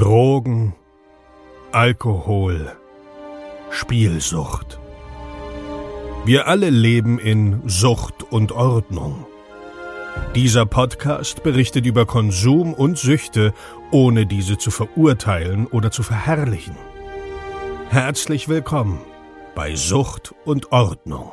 Drogen, Alkohol, Spielsucht. Wir alle leben in Sucht und Ordnung. Dieser Podcast berichtet über Konsum und Süchte, ohne diese zu verurteilen oder zu verherrlichen. Herzlich willkommen bei Sucht und Ordnung.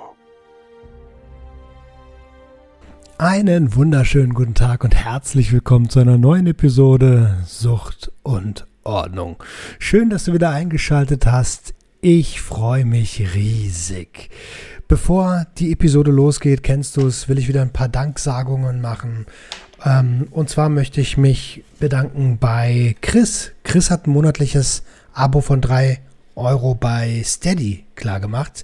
Einen wunderschönen guten Tag und herzlich willkommen zu einer neuen Episode Sucht und Ordnung. Schön, dass du wieder eingeschaltet hast. Ich freue mich riesig. Bevor die Episode losgeht, kennst du es, will ich wieder ein paar Danksagungen machen. Und zwar möchte ich mich bedanken bei Chris. Chris hat ein monatliches Abo von 3 Euro bei Steady klargemacht.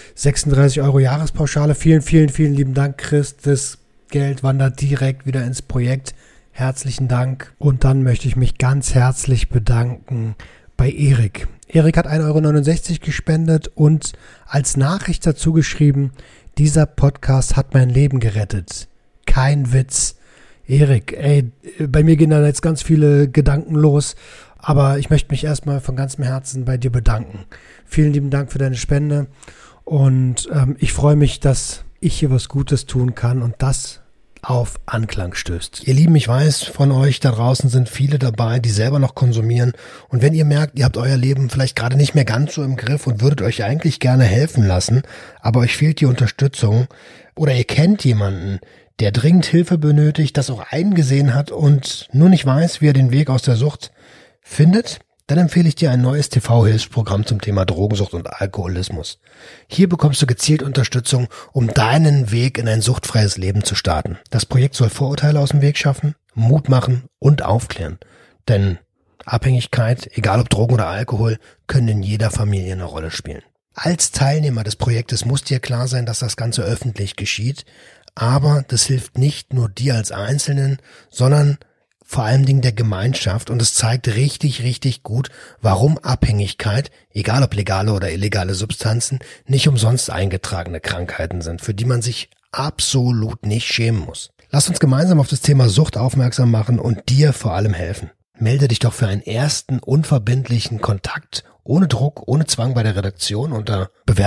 36 Euro Jahrespauschale. Vielen, vielen, vielen lieben Dank, Chris. Das Geld wandert direkt wieder ins Projekt. Herzlichen Dank. Und dann möchte ich mich ganz herzlich bedanken bei Erik. Erik hat 1,69 Euro gespendet und als Nachricht dazu geschrieben, dieser Podcast hat mein Leben gerettet. Kein Witz. Erik, bei mir gehen da jetzt ganz viele Gedanken los, aber ich möchte mich erstmal von ganzem Herzen bei dir bedanken. Vielen lieben Dank für deine Spende und ich freue mich, dass ich hier was Gutes tun kann und das auf Anklang stößt. Ihr Lieben, ich weiß, von euch da draußen sind viele dabei, die selber noch konsumieren. Und wenn ihr merkt, ihr habt euer Leben vielleicht gerade nicht mehr ganz so im Griff und würdet euch eigentlich gerne helfen lassen, aber euch fehlt die Unterstützung oder ihr kennt jemanden, der dringend Hilfe benötigt, das auch eingesehen hat und nur nicht weiß, wie er den Weg aus der Sucht findet, dann empfehle ich dir ein neues TV-Hilfsprogramm zum Thema Drogensucht und Alkoholismus. Hier bekommst du gezielt Unterstützung, um deinen Weg in ein suchtfreies Leben zu starten. Das Projekt soll Vorurteile aus dem Weg schaffen, Mut machen und aufklären. Denn Abhängigkeit, egal ob Drogen oder Alkohol, können in jeder Familie eine Rolle spielen. Als Teilnehmer des Projektes muss dir klar sein, dass das Ganze öffentlich geschieht. Aber das hilft nicht nur dir als Einzelnen, sondern vor allem Dingen der Gemeinschaft und es zeigt richtig, richtig gut, warum Abhängigkeit, egal ob legale oder illegale Substanzen, nicht umsonst eingetragene Krankheiten sind, für die man sich absolut nicht schämen muss. Lass uns gemeinsam auf das Thema Sucht aufmerksam machen und dir vor allem helfen. Melde dich doch für einen ersten unverbindlichen Kontakt ohne Druck, ohne Zwang bei der Redaktion unter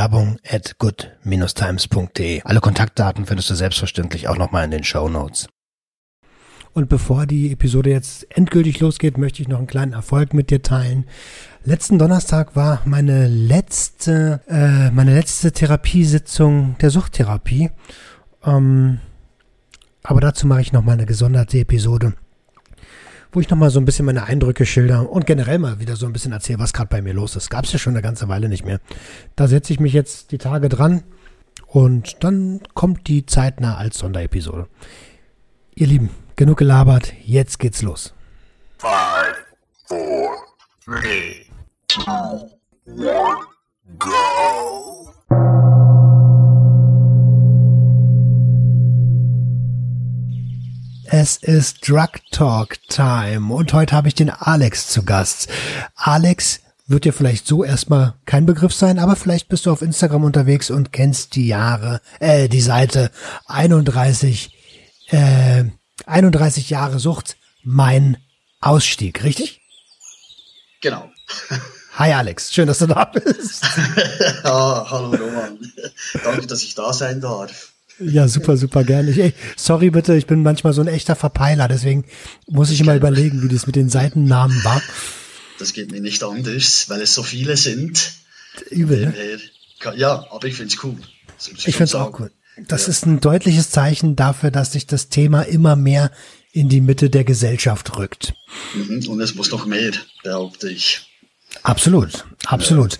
bewerbung@good-times.de. Alle Kontaktdaten findest du selbstverständlich auch nochmal in den Shownotes. Und bevor die Episode jetzt endgültig losgeht, möchte ich noch einen kleinen Erfolg mit dir teilen. Letzten Donnerstag war meine letzte Therapiesitzung der Suchttherapie. Aber dazu mache ich nochmal eine gesonderte Episode, wo ich nochmal so ein bisschen meine Eindrücke schilder und generell mal wieder so ein bisschen erzähle, was gerade bei mir los ist. Gab es ja schon eine ganze Weile nicht mehr. Da setze ich mich jetzt die Tage dran und dann kommt die zeitnah als Sonderepisode. Ihr Lieben, genug gelabert, jetzt geht's los. 5, 4, 3, 2, 1, go! Es ist Drug Talk Time und heute habe ich den Alex zu Gast. Alex wird dir vielleicht so erstmal kein Begriff sein, aber vielleicht bist du auf Instagram unterwegs und kennst die Seite 31 Jahre Sucht, mein Ausstieg, richtig? Genau. Hi Alex, schön, dass du da bist. Ja, hallo Roman. Danke, dass ich da sein darf. Ja, super, super gerne. Sorry bitte, ich bin manchmal so ein echter Verpeiler, deswegen muss ich immer überlegen, wie das mit den Seitennamen war. Das geht mir nicht anders, weil es so viele sind. Übel, ne? Ja, aber ich find's cool. Ich find's auch cool. Das ist ein deutliches Zeichen dafür, dass sich das Thema immer mehr in die Mitte der Gesellschaft rückt. Und es muss noch mehr, behaupte ich. Absolut, absolut.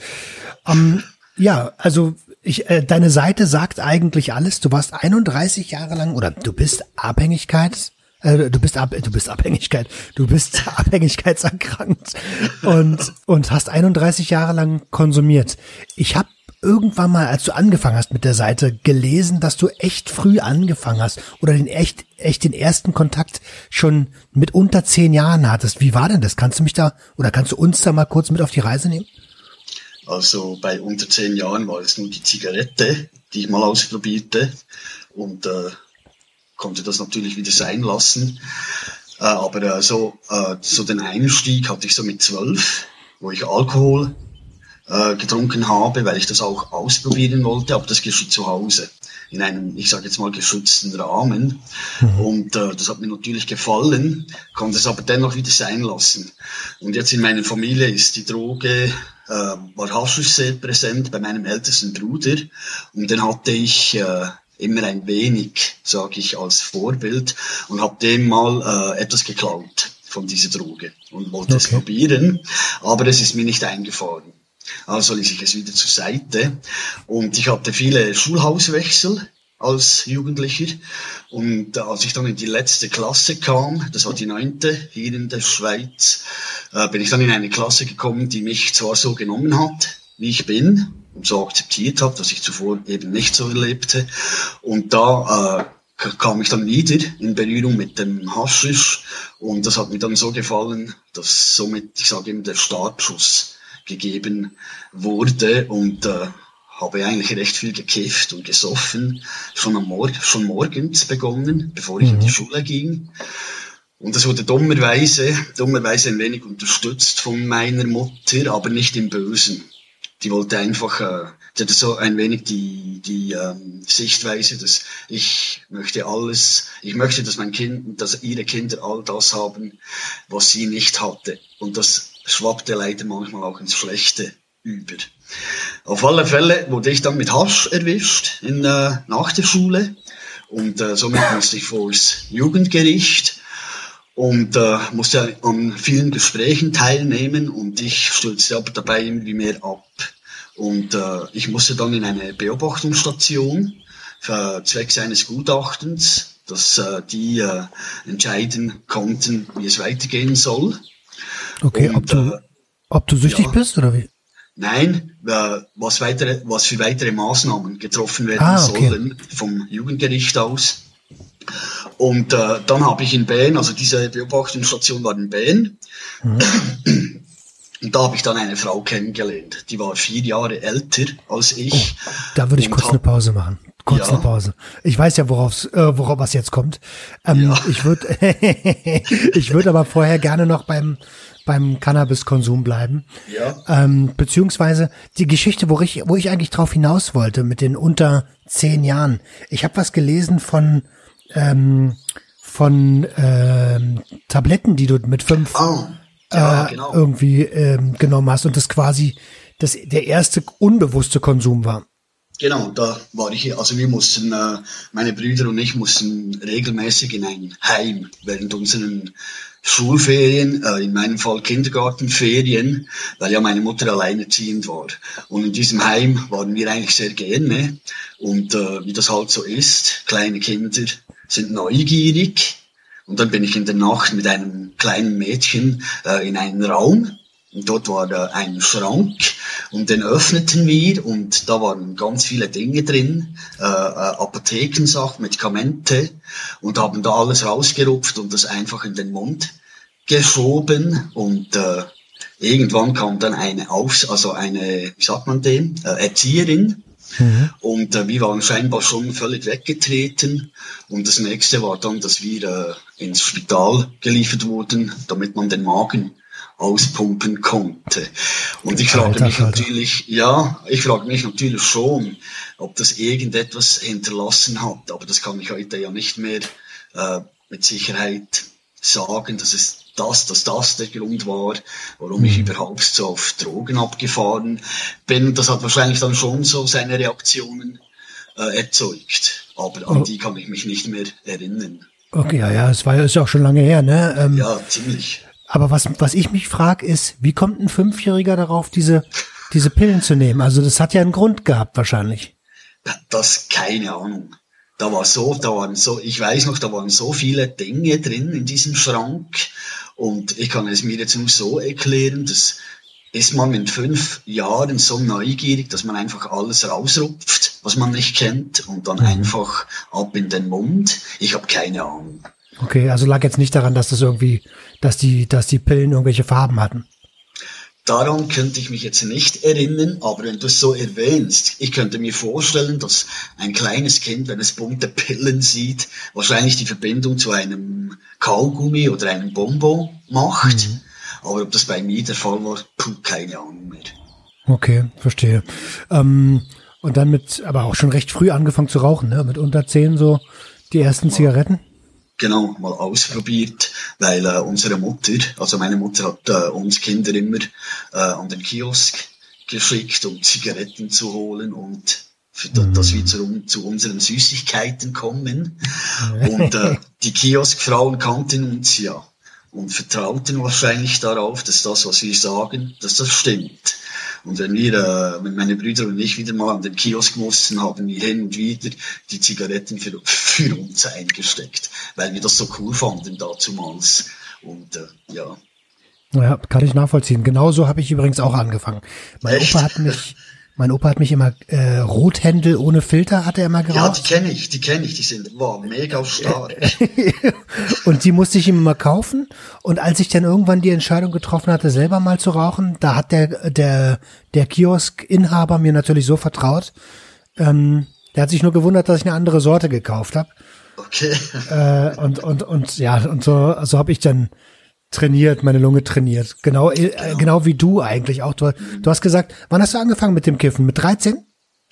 Also deine Seite sagt eigentlich alles. Du warst 31 Jahre lang oder du bist abhängigkeitserkrankt und hast 31 Jahre lang konsumiert. Ich habe irgendwann mal, als du angefangen hast mit der Seite, gelesen, dass du echt früh angefangen hast oder den ersten Kontakt schon mit unter 10 Jahren hattest. Wie war denn das? Kannst du uns da mal kurz mit auf die Reise nehmen? Also bei unter 10 Jahren war es nur die Zigarette, die ich mal ausprobierte und konnte das natürlich wieder sein lassen. Aber so den Einstieg hatte ich so mit 12, wo ich Alkohol getrunken habe, weil ich das auch ausprobieren wollte, aber das geschieht zu Hause in einem, ich sage jetzt mal, geschützten Rahmen. Und das hat mir natürlich gefallen, konnte es aber dennoch wieder sein lassen. Und jetzt in meiner Familie ist die Droge, war Haschisch sehr präsent bei meinem ältesten Bruder, und den hatte ich immer ein wenig, sage ich, als Vorbild, und habe dem mal etwas geklaut von dieser Droge und wollte es probieren, aber es ist mir nicht eingefahren. Also ließ ich es wieder zur Seite, und ich hatte viele Schulhauswechsel als Jugendlicher, und als ich dann in die letzte Klasse kam, das war die 9. hier in der Schweiz, bin ich dann in eine Klasse gekommen, die mich zwar so genommen hat, wie ich bin, und so akzeptiert hat, was ich zuvor eben nicht so erlebte, und da kam ich dann wieder in Berührung mit dem Haschisch, und das hat mir dann so gefallen, dass somit, ich sage eben, der Startschuss gegeben wurde, und habe eigentlich recht viel gekifft und gesoffen, schon morgens begonnen, bevor ich in die Schule ging. Und das wurde dummerweise ein wenig unterstützt von meiner Mutter, aber nicht im Bösen. Die wollte einfach, die hatte so ein wenig die Sichtweise, dass ich möchte, dass ihre Kinder all das haben, was sie nicht hatte. Und das schwappte leider manchmal auch ins Schlechte über. Auf alle Fälle wurde ich dann mit Hasch erwischt nach der Schule, und somit musste ich vors Jugendgericht und musste an vielen Gesprächen teilnehmen, und ich stürzte aber dabei irgendwie mehr ab. Und ich musste dann in eine Beobachtungsstation zwecks eines Gutachtens, dass die entscheiden konnten, wie es weitergehen soll. Okay, und, ob du süchtig bist oder wie? Nein, was für weitere Maßnahmen getroffen werden sollen vom Jugendgericht aus. Und dann habe ich in Bern, also diese Beobachtungsstation war in Bern, und da habe ich dann eine Frau kennengelernt. Die war 4 Jahre älter als ich. Oh, da würde ich kurz eine Pause machen. Eine Pause. Ich weiß ja, worauf was jetzt kommt. Ich würde aber vorher gerne noch beim Cannabiskonsum bleiben. Ja. Beziehungsweise die Geschichte, wo ich eigentlich drauf hinaus wollte, mit den unter 10 Jahren. Ich habe was gelesen von Tabletten, die du mit 5 genau. irgendwie genommen hast, und das quasi der erste unbewusste Konsum war. Genau, da war ich, also wir mussten, meine Brüder und ich mussten regelmäßig in ein Heim während unseren Schulferien, in meinem Fall Kindergartenferien, weil ja meine Mutter alleinerziehend war. Und in diesem Heim waren wir eigentlich sehr gerne, und wie das halt so ist, kleine Kinder sind neugierig, und dann bin ich in der Nacht mit einem kleinen Mädchen in einen Raum, und dort war ein Schrank, und den öffneten wir, und da waren ganz viele Dinge drin, Apothekensachen, Medikamente, und haben da alles rausgerupft und das einfach in den Mund geschoben, und irgendwann kam dann eine, wie sagt man dem, Erzieherin, und wir waren scheinbar schon völlig weggetreten, und das nächste war dann, dass wir ins Spital geliefert wurden, damit man den Magen auspumpen konnte. Und ich frage mich natürlich schon, ob das irgendetwas hinterlassen hat, aber das kann ich heute ja nicht mehr mit Sicherheit sagen, dass das der Grund war, warum ich überhaupt so auf Drogen abgefahren bin. Das hat wahrscheinlich dann schon so seine Reaktionen erzeugt, aber an die kann ich mich nicht mehr erinnern. Okay, ist ja auch schon lange her, ne? Ja, ziemlich. Aber was ich mich frage ist, wie kommt ein 5-Jähriger darauf, diese Pillen zu nehmen? Also das hat ja einen Grund gehabt wahrscheinlich. Das, keine Ahnung. Da waren so viele Dinge drin in diesem Schrank, und ich kann es mir jetzt nur so erklären, dass ist man mit 5 Jahren so neugierig, dass man einfach alles rausrupft, was man nicht kennt, und dann einfach ab in den Mund. Ich habe keine Ahnung. Okay, also lag jetzt nicht daran, dass die Pillen irgendwelche Farben hatten. daran könnte ich mich jetzt nicht erinnern, aber wenn du es so erwähnst, ich könnte mir vorstellen, dass ein kleines Kind, wenn es bunte Pillen sieht, wahrscheinlich die Verbindung zu einem Kaugummi oder einem Bonbon macht. Aber ob das bei mir der Fall war, keine Ahnung mehr. Okay, verstehe. Und dann aber auch schon recht früh angefangen zu rauchen, ne? Mit unter 10 so die ersten Zigaretten? Genau, mal ausprobiert, weil unsere Mutter, also meine Mutter hat uns Kinder immer an den Kiosk geschickt, um Zigaretten zu holen und dass wir zu unseren Süßigkeiten kommen. Und die Kioskfrauen kannten uns ja und vertrauten wahrscheinlich darauf, dass das, was wir sagen, dass das stimmt. Und wenn meine Brüder und ich wieder mal an den Kiosk mussten, haben wir hin und wieder die Zigaretten für uns eingesteckt, weil wir das so cool fanden dazumals. Und ja. Ja, kann ich nachvollziehen. Genauso habe ich übrigens auch angefangen. Mein Opa hat mich immer Rothändel ohne Filter hat er immer geraucht. Ja, die kenne ich, die sind mega stark. Und die musste ich ihm immer kaufen. Und als ich dann irgendwann die Entscheidung getroffen hatte, selber mal zu rauchen, da hat der Kiosk-Inhaber mir natürlich so vertraut. Der hat sich nur gewundert, dass ich eine andere Sorte gekauft habe. Okay. Und so habe ich dann trainiert, meine Lunge trainiert. Genau wie du eigentlich auch. Du hast gesagt, wann hast du angefangen mit dem Kiffen? Mit 13?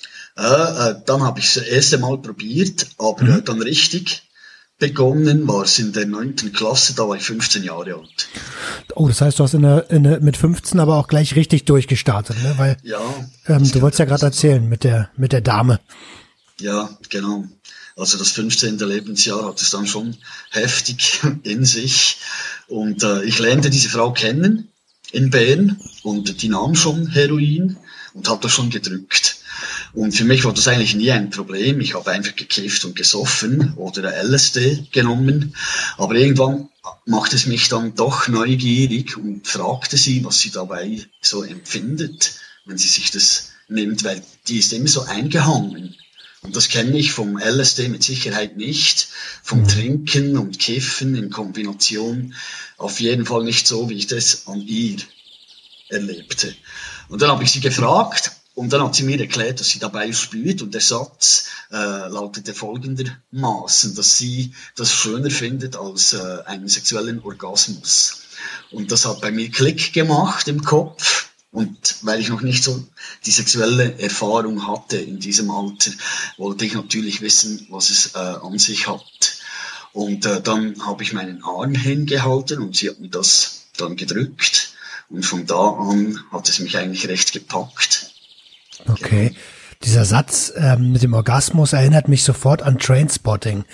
Dann habe ich das erste Mal probiert, aber dann richtig begonnen war es in der 9. Klasse, da war ich 15 Jahre alt. Oh, das heißt, du hast mit 15 aber auch gleich richtig durchgestartet, ne? Weil ja, du wolltest ja gerade erzählen mit der Dame. Ja, genau. Also das 15. Lebensjahr hat es dann schon heftig in sich. Und ich lernte diese Frau kennen in Bern und die nahm schon Heroin und hat das schon gedrückt. Und für mich war das eigentlich nie ein Problem. Ich habe einfach gekifft und gesoffen oder LSD genommen. Aber irgendwann machte es mich dann doch neugierig und fragte sie, was sie dabei so empfindet, wenn sie sich das nimmt, weil die ist immer so eingehangen. Und das kenne ich vom LSD mit Sicherheit nicht, vom Trinken und Kiffen in Kombination auf jeden Fall nicht so, wie ich das an ihr erlebte. Und dann habe ich sie gefragt und dann hat sie mir erklärt, dass sie dabei spürt und der Satz lautete folgendermaßen, dass sie das schöner findet als einen sexuellen Orgasmus. Und das hat bei mir Klick gemacht im Kopf. Und weil ich noch nicht so die sexuelle Erfahrung hatte in diesem Alter, wollte ich natürlich wissen, was es an sich hat. Und dann habe ich meinen Arm hingehalten und sie hat mir das dann gedrückt. Und von da an hat es mich eigentlich recht gepackt. Okay. Genau. Dieser Satz mit dem Orgasmus erinnert mich sofort an Trainspotting,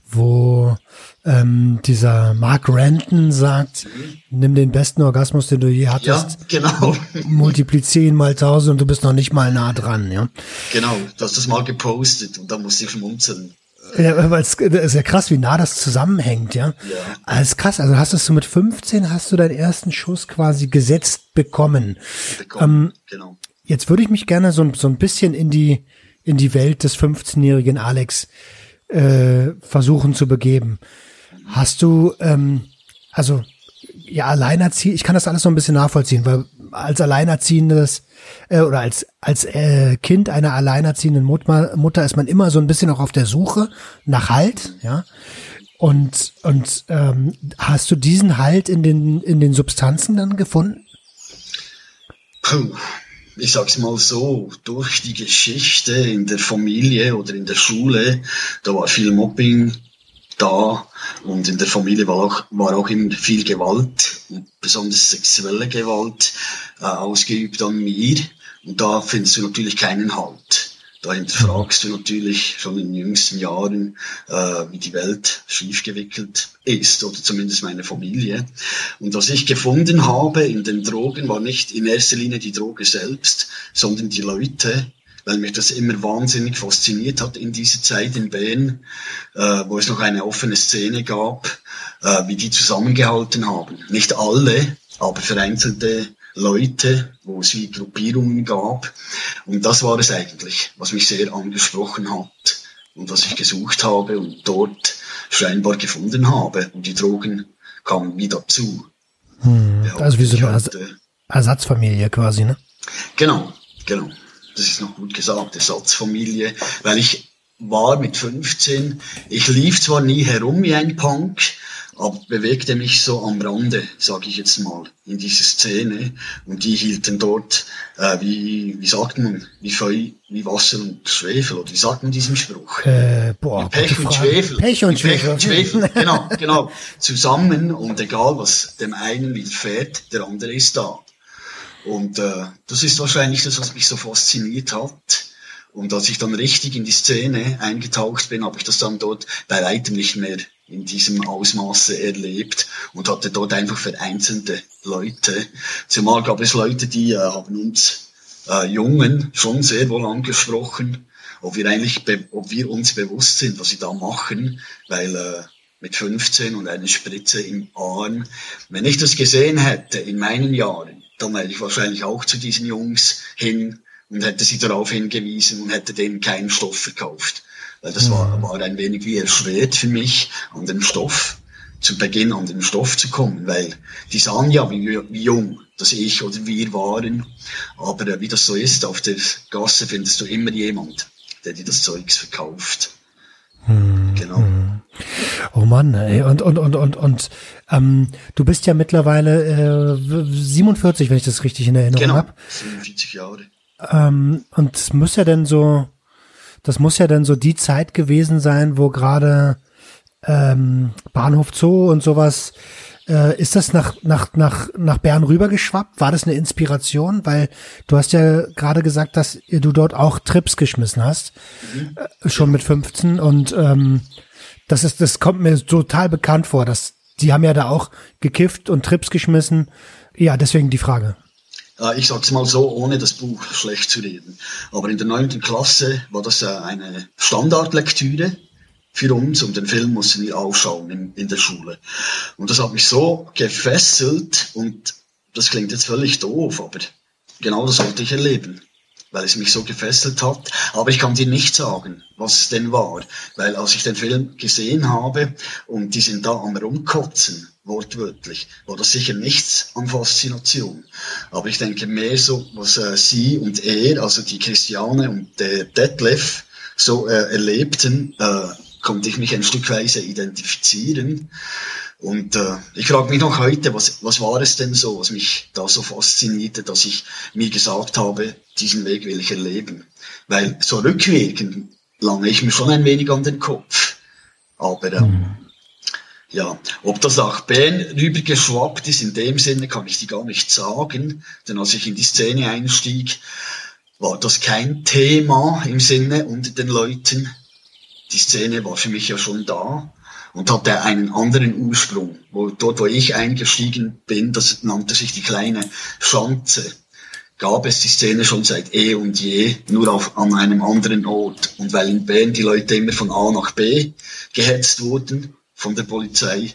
wo dieser Mark Renton sagt, nimm den besten Orgasmus, den du je hattest, ja, genau. Multiplizier ihn mal 1000 und du bist noch nicht mal nah dran. Ja? Genau, du hast das mal gepostet und dann musste ich schmunzeln. Ja, weil es ist ja krass, wie nah das zusammenhängt, ja. Ja. Alles krass, also mit 15 hast du deinen ersten Schuss quasi gesetzt bekommen. Genau. Jetzt würde ich mich gerne so ein bisschen in die Welt des 15-jährigen Alex versuchen zu begeben. Hast du, alleinerziehend, ich kann das alles so ein bisschen nachvollziehen, weil als alleinerziehendes oder als Kind einer alleinerziehenden Mutter ist man immer so ein bisschen auch auf der Suche nach Halt, ja. Und hast du diesen Halt in den Substanzen dann gefunden? Puh. Ich sag's mal so, durch die Geschichte in der Familie oder in der Schule, da war viel Mobbing da und in der Familie war auch immer viel Gewalt, besonders sexuelle Gewalt, ausgeübt an mir und da findest du natürlich keinen Halt. Da hinterfragst du natürlich schon in den jüngsten Jahren, wie die Welt schiefgewickelt ist, oder zumindest meine Familie. Und was ich gefunden habe in den Drogen, war nicht in erster Linie die Droge selbst, sondern die Leute, weil mich das immer wahnsinnig fasziniert hat in dieser Zeit in Bern, wo es noch eine offene Szene gab, wie die zusammengehalten haben. Nicht alle, aber vereinzelte Leute, wo es wie Gruppierungen gab. Und das war es eigentlich, was mich sehr angesprochen hat und was ich gesucht habe und dort scheinbar gefunden habe. Und die Drogen kamen wie dazu. Also wie so Ersatzfamilie quasi, ne? Genau. Das ist noch gut gesagt, Ersatzfamilie, weil ich war mit 15, ich lief zwar nie herum wie ein Punk, aber bewegte mich so am Rande, sage ich jetzt mal, in diese Szene. Und die hielten dort, wie sagt man, wie Feuer, wie Wasser und Schwefel, oder wie sagt man diesen Spruch? Pech und Schwefel. Pech und Schwefel, genau, zusammen, und egal was dem einen widerfährt, der andere ist da. Und das ist wahrscheinlich das, was mich so fasziniert hat. Und als ich dann richtig in die Szene eingetaucht bin, habe ich das dann dort bei weitem nicht mehr in diesem Ausmaße erlebt und hatte dort einfach vereinzelte Leute. Zumal gab es Leute, die haben uns Jungen schon sehr wohl angesprochen, ob wir uns bewusst sind, was sie da machen, weil mit 15 und eine Spritze im Arm, wenn ich das gesehen hätte in meinen Jahren, dann wäre ich wahrscheinlich auch zu diesen Jungs hin und hätte sie darauf hingewiesen und hätte denen keinen Stoff verkauft. Weil das war ein wenig wie erschwert für mich, an den Stoff, zu Beginn an den Stoff zu kommen, weil die sahen ja, wie jung das ich oder wir waren, aber wie das so ist, auf der Gasse findest du immer jemand, der dir das Zeugs verkauft. Genau. Oh Mann, ey. Und du bist ja mittlerweile 47, wenn ich das richtig in Erinnerung habe. 47 Jahre. Und das muss ja dann so die Zeit gewesen sein, wo gerade Bahnhof Zoo und sowas, ist das nach Bern rübergeschwappt? War das eine Inspiration? Weil du hast ja gerade gesagt, dass du dort auch Trips geschmissen hast, schon mit 15, und das kommt mir total bekannt vor, dass die haben ja da auch gekifft und Trips geschmissen. Ja, deswegen die Frage. Ich sag's mal so, ohne das Buch schlecht zu reden. Aber in der 9. Klasse war das eine Standardlektüre für uns, und den Film mussten wir aufschauen in der Schule. Und das hat mich so gefesselt, und das klingt jetzt völlig doof, aber genau das wollte ich erleben, weil es mich so gefesselt hat. Aber ich kann dir nicht sagen, was es denn war, weil als ich den Film gesehen habe und die sind da am Rumkotzen, wortwörtlich, war das sicher nichts an Faszination. Aber ich denke mehr so, was sie und er, also die Christiane und der Detlef, so erlebten, konnte ich mich ein Stückweise identifizieren. Und ich frage mich noch heute, was war es denn so, was mich da so faszinierte, dass ich mir gesagt habe, diesen Weg will ich erleben. Weil so rückwirkend lange ich mir schon ein wenig an den Kopf. Aber ja, ob das nach Bern rübergeschwappt ist, in dem Sinne kann ich dir gar nicht sagen. Denn als ich in die Szene einstieg, war das kein Thema im Sinne unter den Leuten. Die Szene war für mich ja schon da und hatte einen anderen Ursprung. Dort, wo ich eingestiegen bin, das nannte sich die kleine Schanze, gab es die Szene schon seit eh und je, nur an einem anderen Ort. Und weil in Bern die Leute immer von A nach B gehetzt wurden von der Polizei,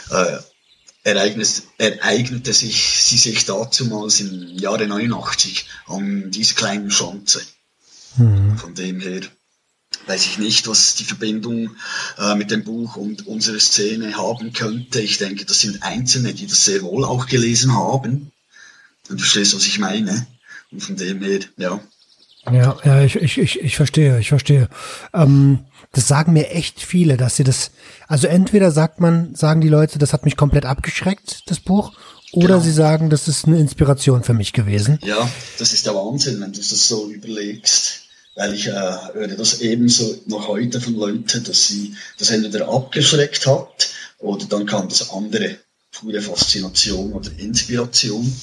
ereignete sie sich dazumals im Jahre 89 an dieser kleinen Schanze. Von dem her weiß ich nicht, was die Verbindung mit dem Buch und unserer Szene haben könnte. Ich denke, das sind Einzelne, die das sehr wohl auch gelesen haben. Und du verstehst, was ich meine. Und von dem her, ja. Ja, ich verstehe. Das sagen mir echt viele, dass sie das, also entweder sagen die Leute, das hat mich komplett abgeschreckt, das Buch, oder genau, sie sagen, das ist eine Inspiration für mich gewesen. Ja, das ist der Wahnsinn, wenn du das so überlegst. Weil ich höre das ebenso noch heute von Leuten, dass sie das entweder abgeschreckt hat, oder dann kam das andere, pure Faszination oder Inspiration.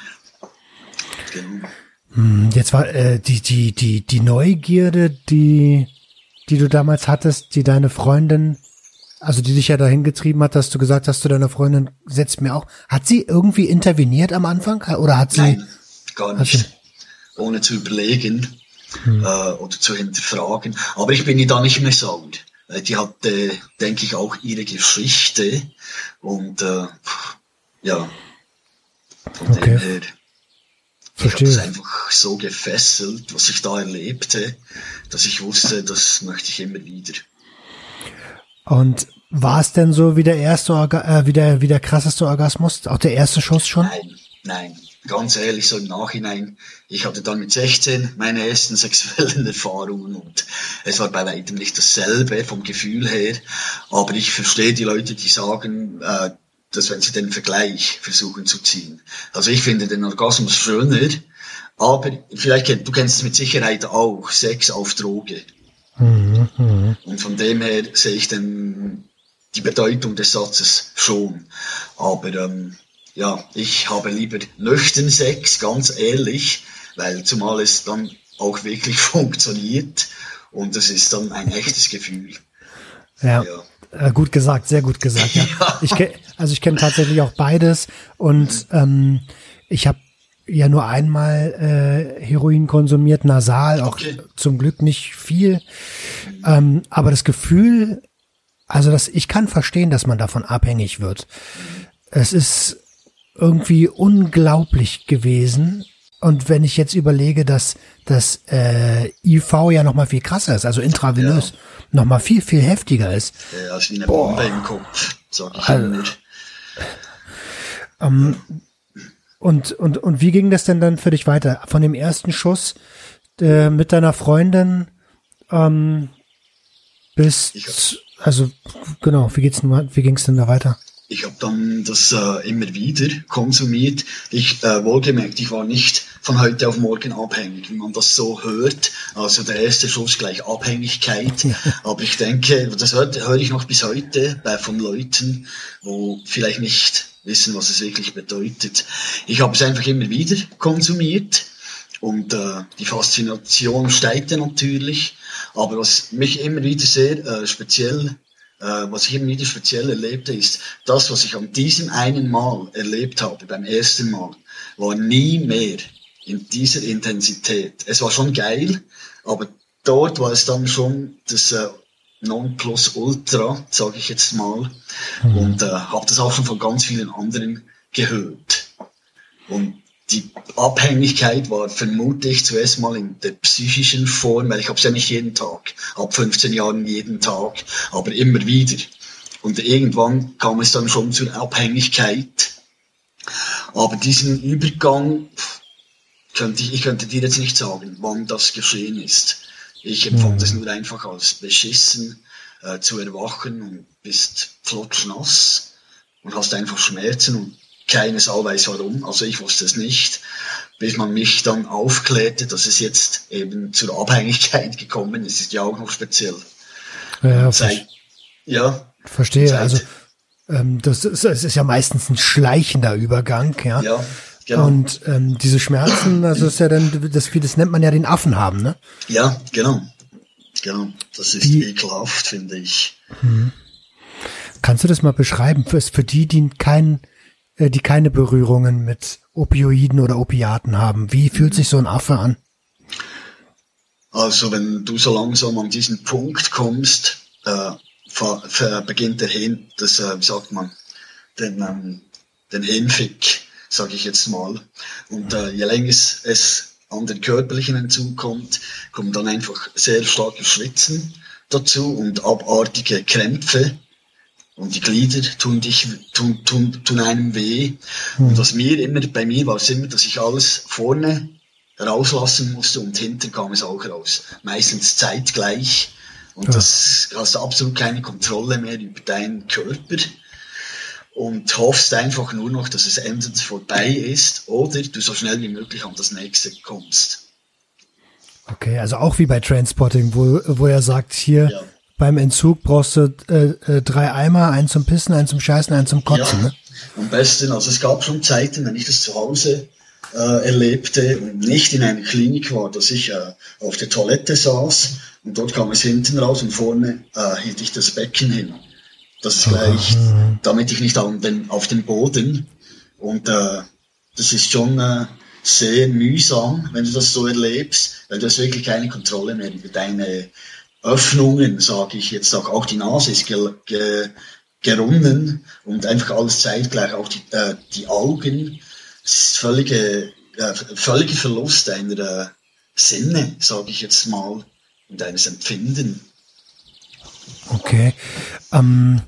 Genau. Jetzt war die Neugierde, die du damals hattest, die deine Freundin, also die dich ja dahin getrieben hat, dass du gesagt hast zu deiner Freundin, setz mir auch. Hat sie irgendwie interveniert am Anfang? Oder hat sie? Nein, gar nicht. Ohne zu überlegen oder zu hinterfragen. Aber ich bin ihr da nicht mehr sauer. Die hatte, denke ich, auch ihre Geschichte. Und ja, von dem her. Ich habe das einfach so gefesselt, was ich da erlebte, dass ich wusste, das möchte ich immer wieder. Und war es denn so wie der erste, wie der krasseste Orgasmus? Auch der erste Schuss schon? Nein. ganz ehrlich, so im Nachhinein, ich hatte dann mit 16 meine ersten sexuellen Erfahrungen und es war bei weitem nicht dasselbe vom Gefühl her, aber ich verstehe die Leute, die sagen, dass wenn sie den Vergleich versuchen zu ziehen. Also ich finde den Orgasmus schöner, aber vielleicht du kennst es mit Sicherheit auch, Sex auf Droge. Und von dem her sehe ich die Bedeutung des Satzes schon. Aber ja, ich habe lieber nüchtern Sex, ganz ehrlich, weil zumal es dann auch wirklich funktioniert und es ist dann ein echtes Gefühl. Ja. Gut gesagt, sehr gut gesagt. Ja. Ich kenne tatsächlich auch beides und ich habe ja nur einmal Heroin konsumiert, nasal, auch zum Glück nicht viel. Aber das Gefühl, also ich kann verstehen, dass man davon abhängig wird. Es ist irgendwie unglaublich gewesen. Und wenn ich jetzt überlege, dass das IV ja noch mal viel krasser ist, also intravenös noch mal viel, viel heftiger ist. Ja, ist wie eine Bombe im Kopf, sag ich nicht. Und wie ging das denn dann für dich weiter? Von dem ersten Schuss mit deiner Freundin wie ging's denn da weiter? Ich habe dann das immer wieder konsumiert. Wohlgemerkt, ich war nicht von heute auf morgen abhängig, wie man das so hört. Also der erste Schuss gleich Abhängigkeit. Aber ich denke, das höre ich noch bis heute von Leuten, wo vielleicht nicht wissen, was es wirklich bedeutet. Ich habe es einfach immer wieder konsumiert und die Faszination steigte natürlich. Aber was mich immer wieder sehr speziell erlebte, ist, das, was ich an diesem einen Mal erlebt habe, beim ersten Mal, war nie mehr in dieser Intensität. Es war schon geil, aber dort war es dann schon das Nonplusultra, sage ich jetzt mal, und habe das auch schon von ganz vielen anderen gehört. Und die Abhängigkeit war, vermute ich, zuerst mal in der psychischen Form, weil ich habe es ja nicht jeden Tag, ab 15 Jahren jeden Tag, aber immer wieder. Und irgendwann kam es dann schon zur Abhängigkeit. Aber diesen Übergang ich könnte dir jetzt nicht sagen, wann das geschehen ist. Ich empfand es nur einfach als beschissen zu erwachen und bist flotschnass und hast einfach Schmerzen und keine Sau weiß warum, also ich wusste es nicht, bis man mich dann aufklärte, dass es jetzt eben zur Abhängigkeit gekommen ist. Ist ja auch noch speziell. Verstehe, also es ist ja meistens ein schleichender Übergang, ja. Ja, genau. Und diese Schmerzen, also ist ja dann, das nennt man ja den Affen haben, ne? Ja, genau. Genau, das ist ekelhaft, finde ich. Kannst du das mal beschreiben, für die keine Berührungen mit Opioiden oder Opiaten haben? Wie fühlt sich so ein Affe an? Also wenn du so langsam an diesen Punkt kommst, beginnt der den Hirnfick, sage ich jetzt mal. Und je länger es an den körperlichen Entzug kommt dann einfach sehr starkes Schwitzen dazu und abartige Krämpfe. Und die Glieder tun einem weh. Und bei mir war es immer, dass ich alles vorne rauslassen musste und hinten kam es auch raus. Meistens zeitgleich. Und das hast du absolut keine Kontrolle mehr über deinen Körper. Und hoffst einfach nur noch, dass es endlich vorbei ist oder du so schnell wie möglich an das nächste kommst. Okay, also auch wie bei Transporting, wo er sagt, hier beim Entzug brauchst du 3 Eimer, einen zum Pissen, einen zum Scheißen, einen zum Kotzen. Ja, ne? Am besten, also es gab schon Zeiten, wenn ich das zu Hause erlebte und nicht in einer Klinik war, dass ich auf der Toilette saß und dort kam es hinten raus und vorne hielt ich das Becken hin. Das ist gleich, damit ich nicht auf den Boden. Und das ist schon sehr mühsam, wenn du das so erlebst, weil du hast wirklich keine Kontrolle mehr über deine Öffnungen, sage ich jetzt auch die Nase ist gerunden und einfach alles zeitgleich, auch die Augen. Es ist völliger Verlust deiner Sinne, sage ich jetzt mal, und deines Empfinden. Okay.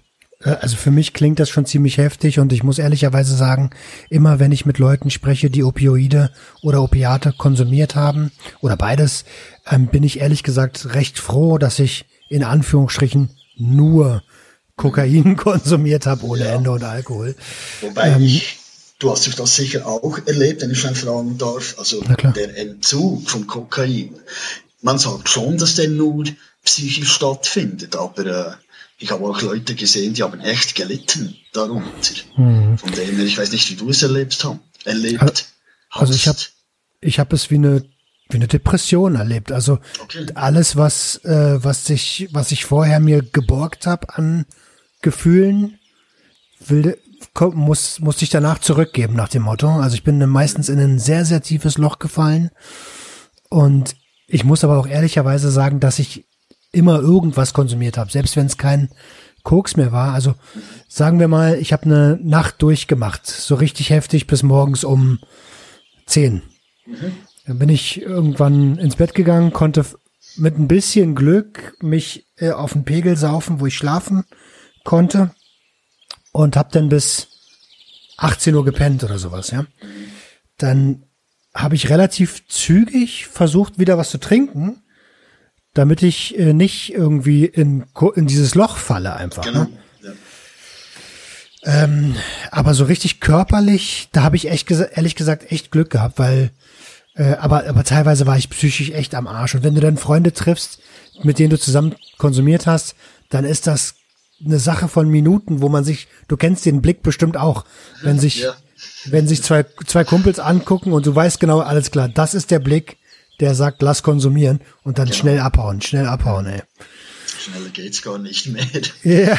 Also für mich klingt das schon ziemlich heftig und ich muss ehrlicherweise sagen, immer wenn ich mit Leuten spreche, die Opioide oder Opiate konsumiert haben oder beides, bin ich ehrlich gesagt recht froh, dass ich in Anführungsstrichen nur Kokain konsumiert habe ohne Ende und Alkohol. Wobei du hast das sicher auch erlebt, wenn ich schon fragen darf, also der Entzug von Kokain. Man sagt schon, dass der nur psychisch stattfindet, aber ich habe auch Leute gesehen, die haben echt gelitten darunter. Von dem her, ich weiß nicht, wie du es erlebt hast. Also ich hab es wie eine Depression erlebt. Also alles, was ich vorher mir geborgt habe an Gefühlen, musste ich danach zurückgeben nach dem Motto. Also ich bin meistens in ein sehr, sehr tiefes Loch gefallen und ich muss aber auch ehrlicherweise sagen, dass ich immer irgendwas konsumiert habe, selbst wenn es kein Koks mehr war. Also sagen wir mal, ich habe eine Nacht durchgemacht, so richtig heftig bis morgens um 10. Dann bin ich irgendwann ins Bett gegangen, konnte mit ein bisschen Glück mich auf den Pegel saufen, wo ich schlafen konnte und habe dann bis 18 Uhr gepennt oder sowas, ja. Dann habe ich relativ zügig versucht, wieder was zu trinken, damit ich nicht irgendwie in dieses Loch falle einfach. Genau. Ne? Ja. Aber so richtig körperlich, da habe ich ehrlich gesagt echt Glück gehabt, weil aber teilweise war ich psychisch echt am Arsch. Und wenn du dann Freunde triffst, mit denen du zusammen konsumiert hast, dann ist das eine Sache von Minuten, wo man sich, du kennst den Blick bestimmt auch, wenn sich zwei Kumpels angucken und du weißt genau, alles klar, das ist der Blick, der sagt, lass konsumieren und dann schnell abhauen, ey. Schneller geht's gar nicht mehr. Ja.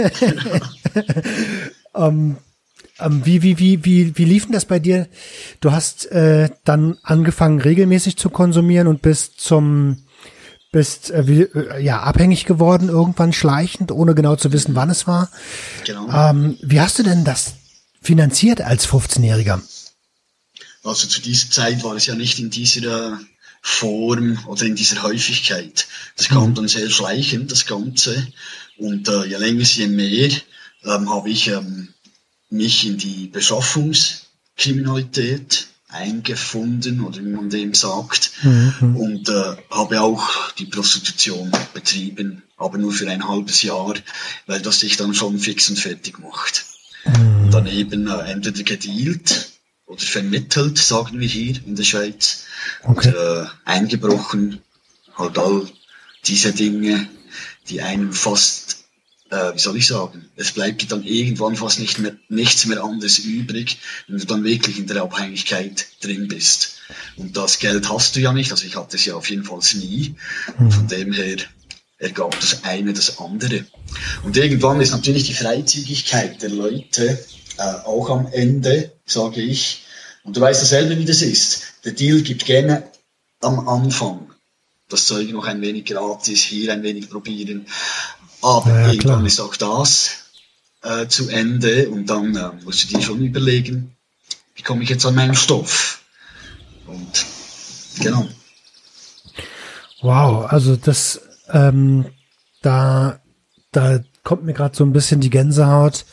Wie lief denn das bei dir? Du hast dann angefangen, regelmäßig zu konsumieren und bist abhängig geworden, irgendwann schleichend, ohne genau zu wissen, wann es war. Genau. Wie hast du denn das finanziert als 15-Jähriger? Also zu dieser Zeit war es ja nicht in dieser Form oder in dieser Häufigkeit. Das kam dann sehr schleichend, das Ganze. Und je länger, je mehr habe ich mich in die Beschaffungskriminalität eingefunden, oder wie man dem sagt, und habe auch die Prostitution betrieben, aber nur für ein halbes Jahr, weil das sich dann schon fix und fertig macht. Und daneben entweder gedealt oder vermittelt, sagen wir hier in der Schweiz, oder eingebrochen, halt all diese Dinge, die einem fast, wie soll ich sagen, es bleibt dann irgendwann fast nichts mehr anderes übrig, wenn du dann wirklich in der Abhängigkeit drin bist. Und das Geld hast du ja nicht, also ich hatte es ja auf jeden Fall nie. Und von dem her ergab das eine das andere. Und irgendwann ist natürlich die Freizügigkeit der Leute auch am Ende, sage ich. Und du weißt ja selber, wie das ist. Der Deal gibt gerne am Anfang das Zeug noch ein wenig gratis, hier ein wenig probieren. Aber irgendwann ist auch das zu Ende und dann musst du dir schon überlegen, wie komme ich jetzt an meinen Stoff? Und genau. Wow, also das, da kommt mir gerade so ein bisschen die Gänsehaut.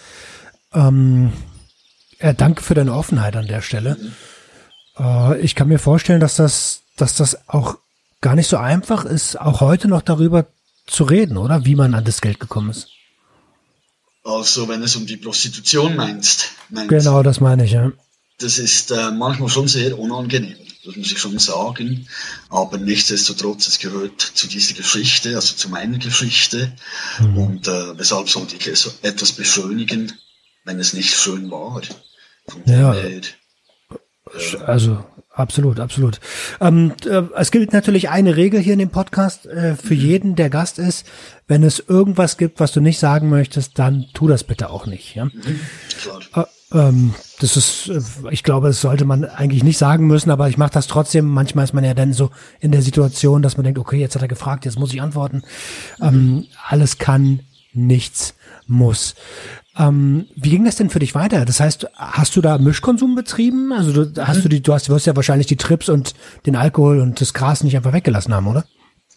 Danke für deine Offenheit an der Stelle. Ich kann mir vorstellen, dass das auch gar nicht so einfach ist, auch heute noch darüber zu reden, oder? Wie man an das Geld gekommen ist. Also, wenn es um die Prostitution meinst. Genau, das meine ich, ja. Das ist manchmal schon sehr unangenehm, das muss ich schon sagen. Aber nichtsdestotrotz, es gehört zu dieser Geschichte, also zu meiner Geschichte. Und weshalb sollte ich es etwas beschönigen, wenn es nicht schön war? Von dem her, also absolut. Es gilt natürlich eine Regel hier in dem Podcast für jeden, der Gast ist. Wenn es irgendwas gibt, was du nicht sagen möchtest, dann tu das bitte auch nicht. Ja? Klar. Das ist, ich glaube, das sollte man eigentlich nicht sagen müssen, aber ich mache das trotzdem. Manchmal ist man ja dann so in der Situation, dass man denkt, okay, jetzt hat er gefragt, jetzt muss ich antworten. Alles kann, nichts muss. Wie ging das denn für dich weiter? Das heißt, hast du da Mischkonsum betrieben? Also du wirst ja wahrscheinlich die Trips und den Alkohol und das Gras nicht einfach weggelassen haben, oder?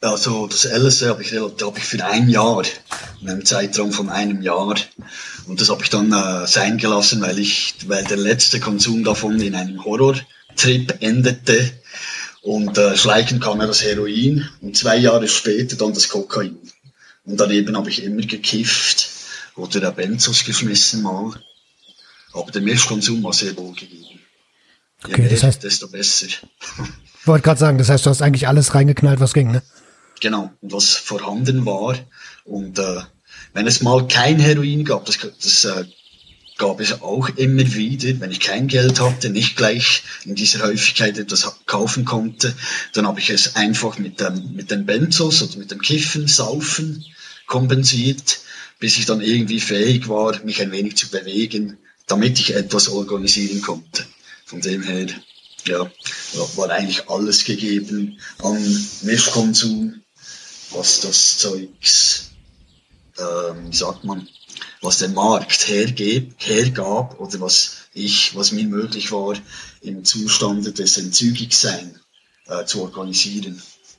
Also das LSD habe ich für ein Jahr, in einem Zeitraum von einem Jahr. Und das habe ich dann sein gelassen, weil der letzte Konsum davon in einem Horrortrip endete. Und schleichend kam ja das Heroin und 2 Jahre später dann das Kokain. Und daneben habe ich immer gekifft oder Benzos geschmissen mal. Aber der Mischkonsum war sehr wohl gegeben. Je mehr, das heißt, desto besser. Ich wollte gerade sagen, das heißt, du hast eigentlich alles reingeknallt, was ging, ne? Genau, und was vorhanden war. Und wenn es mal kein Heroin gab, das gab es auch immer wieder, wenn ich kein Geld hatte, nicht gleich in dieser Häufigkeit etwas kaufen konnte, dann habe ich es einfach mit den Benzos oder mit dem Kiffen, Saufen kompensiert, bis ich dann irgendwie fähig war, mich ein wenig zu bewegen, damit ich etwas organisieren konnte. Von dem her, ja, war eigentlich alles gegeben an Mischkonsum, was das Zeugs, was der Markt hergab oder was mir möglich war, im Zustande des Entzügigsein zu organisieren.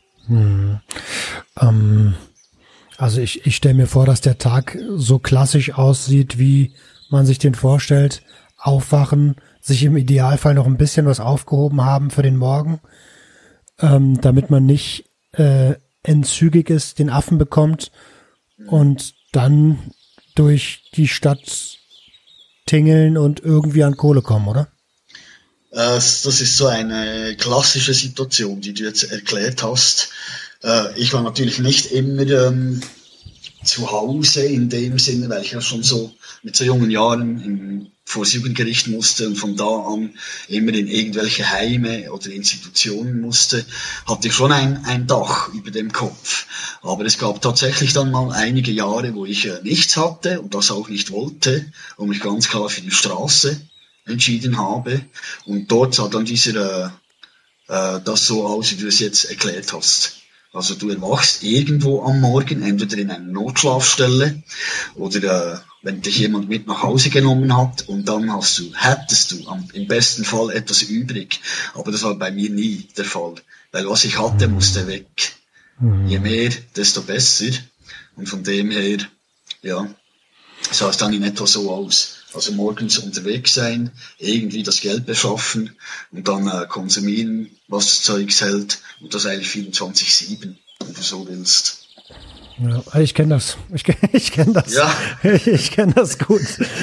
Also ich stelle mir vor, dass der Tag so klassisch aussieht, wie man sich den vorstellt. Aufwachen, sich im Idealfall noch ein bisschen was aufgehoben haben für den Morgen, damit man nicht entzügig ist, den Affen bekommt und dann durch die Stadt tingeln und irgendwie an Kohle kommen, oder? Das ist so eine klassische Situation, die du jetzt erklärt hast. Ich war natürlich nicht immer zu Hause in dem Sinne, weil ich ja schon so mit so jungen Jahren vor das Jugendgericht musste und von da an immer in irgendwelche Heime oder Institutionen musste, hatte ich schon ein Dach über dem Kopf. Aber es gab tatsächlich dann mal einige Jahre, wo ich nichts hatte und das auch nicht wollte und mich ganz klar für die Straße entschieden habe. Und dort sah dann das so aus, wie du es jetzt erklärt hast. Also du erwachst irgendwo am Morgen, entweder in einer Notschlafstelle oder wenn dich jemand mit nach Hause genommen hat und dann hättest du im besten Fall etwas übrig. Aber das war bei mir nie der Fall, weil was ich hatte, musste weg. Je mehr, desto besser. Und von dem her, ja, sah es dann in etwa so aus. Also morgens unterwegs sein, irgendwie das Geld beschaffen und dann konsumieren, was das Zeugs hält und das eigentlich 24/7, wenn du so willst. Ja, ich kenne das. Ich kenne das. Ja. Ich kenne das gut.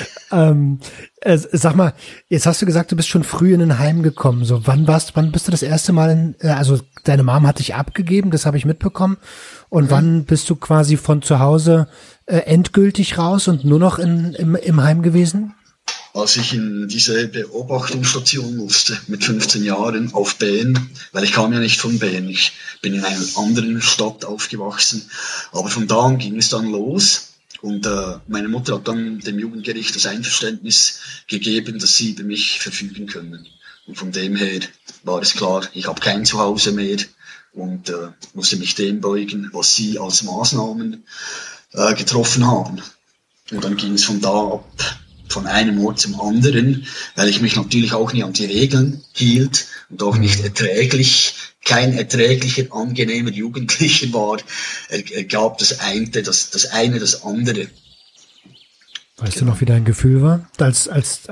Sag mal, jetzt hast du gesagt, du bist schon früh in ein Heim gekommen. So, wann bist du das erste Mal also deine Mom hat dich abgegeben, das habe ich mitbekommen. Und wann bist du quasi von zu Hause endgültig raus und nur noch im Heim gewesen? Als ich in diese Beobachtungsstation musste, mit 15 Jahren auf Bern, weil ich kam ja nicht von Bern, ich bin in einer anderen Stadt aufgewachsen, aber von da an ging es dann los und meine Mutter hat dann dem Jugendgericht das Einverständnis gegeben, dass sie über mich verfügen können. Und von dem her war es klar, ich habe kein Zuhause mehr und musste mich dem beugen, was sie als Maßnahmen getroffen haben. Und dann ging es von da ab, von einem Ort zum anderen, weil ich mich natürlich auch nie an die Regeln hielt und auch nicht kein erträglicher, angenehmer Jugendlicher war. Er gab das eine, das andere. Weißt du noch, wie dein Gefühl war, als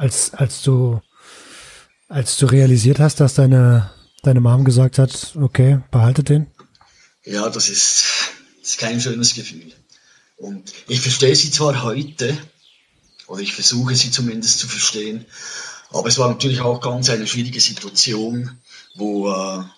du realisiert hast, dass deine Mom gesagt hat, okay, behalte den? Ja, das ist kein schönes Gefühl. Und ich verstehe sie zwar heute, oder ich versuche sie zumindest zu verstehen. Aber es war natürlich auch ganz eine schwierige Situation, wo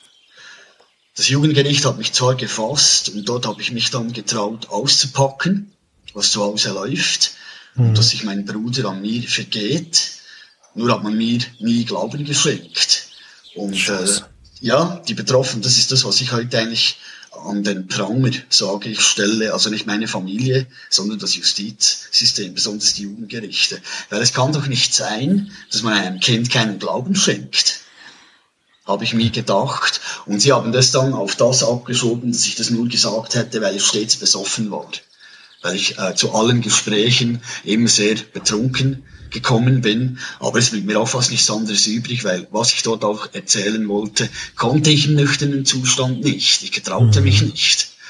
das Jugendgericht hat mich zwar gefasst und dort habe ich mich dann getraut auszupacken, was zu Hause läuft, und dass sich mein Bruder an mir vergeht. Nur hat man mir nie Glauben geschenkt. Und die Betroffenen, das ist das, was ich heute eigentlich an den Pranger, sage ich, stelle, also nicht meine Familie, sondern das Justizsystem, besonders die Jugendgerichte. Weil es kann doch nicht sein, dass man einem Kind keinen Glauben schenkt, habe ich mir gedacht. Und sie haben das dann auf das abgeschoben, dass ich das nur gesagt hätte, weil ich stets besoffen war. Weil ich zu allen Gesprächen immer sehr betrunken gekommen bin, aber es blieb mir auch fast nichts anderes übrig, weil was ich dort auch erzählen wollte, konnte ich im nüchternen Zustand nicht. Ich getraute mich nicht.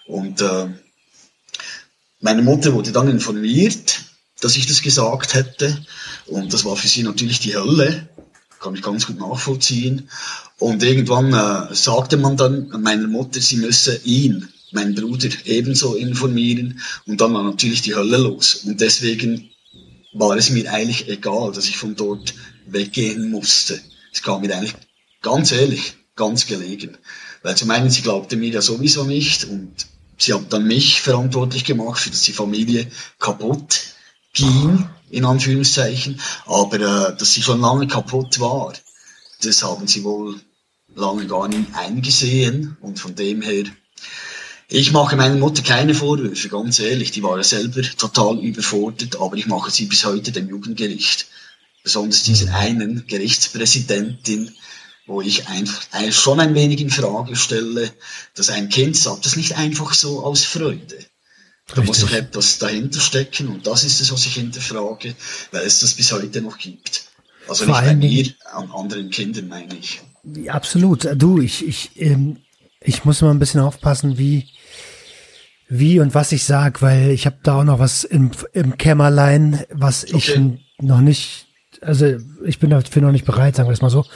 Und meine Mutter wurde dann informiert, dass ich das gesagt hätte. Und das war für sie natürlich die Hölle. Kann ich ganz gut nachvollziehen. Und irgendwann sagte man dann meiner Mutter, sie müsse ihn, meinen Bruder, ebenso informieren. Und dann war natürlich die Hölle los. Und deswegen war es mir eigentlich egal, dass ich von dort weggehen musste. Es kam mir eigentlich, ganz ehrlich, ganz gelegen. Weil zum einen, sie glaubte mir ja sowieso nicht und sie hat dann mich verantwortlich gemacht, für dass die Familie kaputt ging, in Anführungszeichen. Aber dass sie schon lange kaputt war, das haben sie wohl lange gar nie eingesehen. Und von dem her, ich mache meiner Mutter keine Vorwürfe, ganz ehrlich. Die war ja selber total überfordert, aber ich mache sie bis heute dem Jugendgericht. Besonders dieser einen Gerichtspräsidentin, wo ich einfach schon ein wenig in Frage stelle, dass ein Kind sagt das nicht einfach so aus Freude. Da muss doch etwas dahinter stecken und das ist es, was ich hinterfrage, weil es das bis heute noch gibt. Also nicht bei mir, an anderen Kindern, meine ich. Ja, absolut. Du, ich muss mal ein bisschen aufpassen, wie und was ich sag, weil ich habe da auch noch was im Kämmerlein, was ich noch nicht, also ich bin dafür noch nicht bereit, sagen wir es mal so.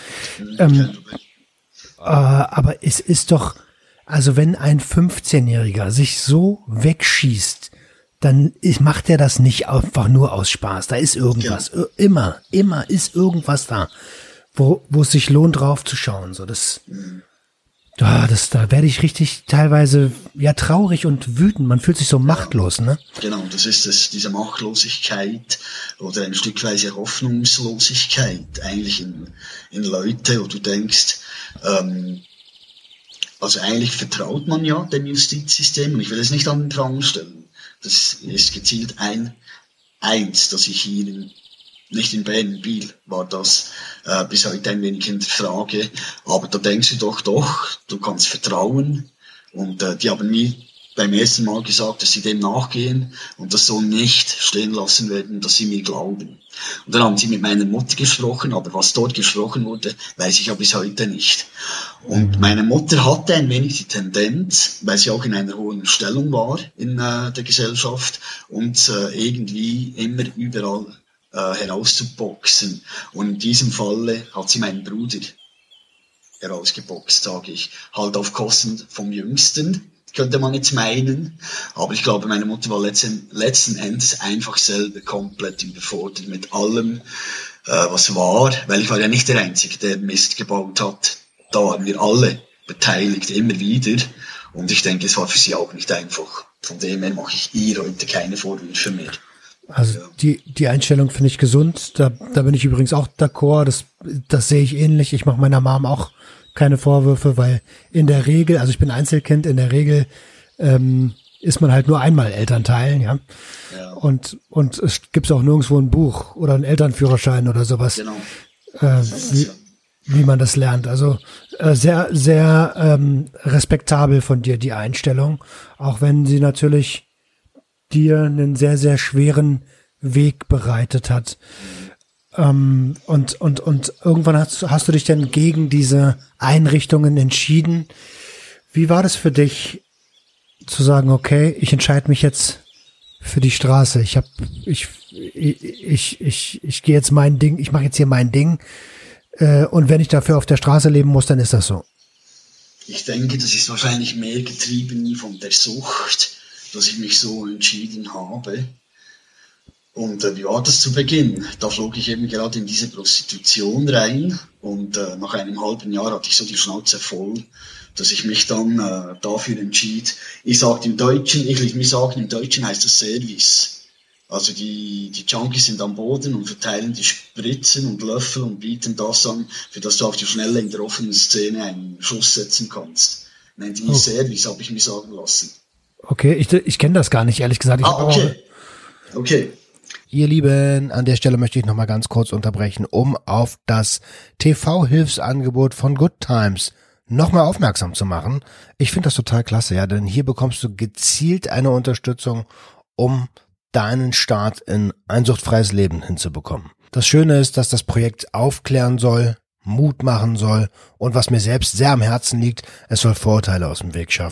Aber es ist doch, also wenn ein 15-Jähriger sich so wegschießt, dann macht er das nicht einfach nur aus Spaß. Da ist irgendwas, immer ist irgendwas da, wo es sich lohnt, drauf zu schauen. So da werde ich richtig teilweise traurig und wütend. Man fühlt sich so machtlos, ne? Genau, das ist es, diese Machtlosigkeit oder ein Stückweise Hoffnungslosigkeit eigentlich in Leute, wo du denkst, also eigentlich vertraut man ja dem Justizsystem und ich will es nicht an den Pranger stellen. Das ist gezielt eins, dass ich hier nicht in Bern, in Biel war das bis heute ein wenig hinterfrage, aber da denkst du doch, du kannst vertrauen und die haben mir beim ersten Mal gesagt, dass sie dem nachgehen und das so nicht stehen lassen werden, dass sie mir glauben. Und dann haben sie mit meiner Mutter gesprochen, aber was dort gesprochen wurde, weiß ich ja bis heute nicht. Und meine Mutter hatte ein wenig die Tendenz, weil sie auch in einer hohen Stellung war in der Gesellschaft und irgendwie immer überall herauszuboxen. Und in diesem Falle hat sie meinen Bruder herausgeboxt, sage ich. Halt auf Kosten vom Jüngsten, könnte man jetzt meinen. Aber ich glaube, meine Mutter war letzten Endes einfach selber komplett überfordert mit allem, was war. Weil ich war ja nicht der Einzige, der Mist gebaut hat. Da waren wir alle beteiligt, immer wieder. Und ich denke, es war für sie auch nicht einfach. Von dem her mache ich ihr heute keine Vorwürfe mehr. Also die Einstellung finde ich gesund. Da bin ich übrigens auch d'accord. Das sehe ich ähnlich. Ich mache meiner Mom auch keine Vorwürfe, weil in der Regel, also ich bin Einzelkind, in der Regel ist man halt nur einmal Elternteil, ja. Und es gibt auch nirgendwo ein Buch oder einen Elternführerschein oder sowas, genau. Wie man das lernt. Also sehr, sehr respektabel von dir, die Einstellung, auch wenn sie natürlich dir einen sehr, sehr schweren Weg bereitet hat. Und irgendwann hast du dich dann gegen diese Einrichtungen entschieden. Wie war das für dich, zu sagen, okay, ich entscheide mich jetzt für die Straße. Ich gehe jetzt mein Ding, ich mache jetzt hier mein Ding. Und wenn ich dafür auf der Straße leben muss, dann ist das so. Ich denke, das ist wahrscheinlich mehr getrieben von der Sucht, dass ich mich so entschieden habe. Und wie war das zu Beginn? Da flog ich eben gerade in diese Prostitution rein und nach einem halben Jahr hatte ich so die Schnauze voll, dass ich mich dann dafür entschied. Ich ließ mir sagen, im Deutschen heißt das Service. Also die Junkies sind am Boden und verteilen die Spritzen und Löffel und bieten das an, für das du auf die Schnelle in der offenen Szene einen Schuss setzen kannst. Nennt die Service, habe ich mir sagen lassen. Okay, ich kenne das gar nicht, ehrlich gesagt. Okay. Ihr Lieben, an der Stelle möchte ich noch mal ganz kurz unterbrechen, um auf das TV-Hilfsangebot von Good Times noch mal aufmerksam zu machen. Ich finde das total klasse, ja, denn hier bekommst du gezielt eine Unterstützung, um deinen Start in ein suchtfreies Leben hinzubekommen. Das Schöne ist, dass das Projekt aufklären soll, Mut machen soll und was mir selbst sehr am Herzen liegt, es soll Vorurteile aus dem Weg schaffen.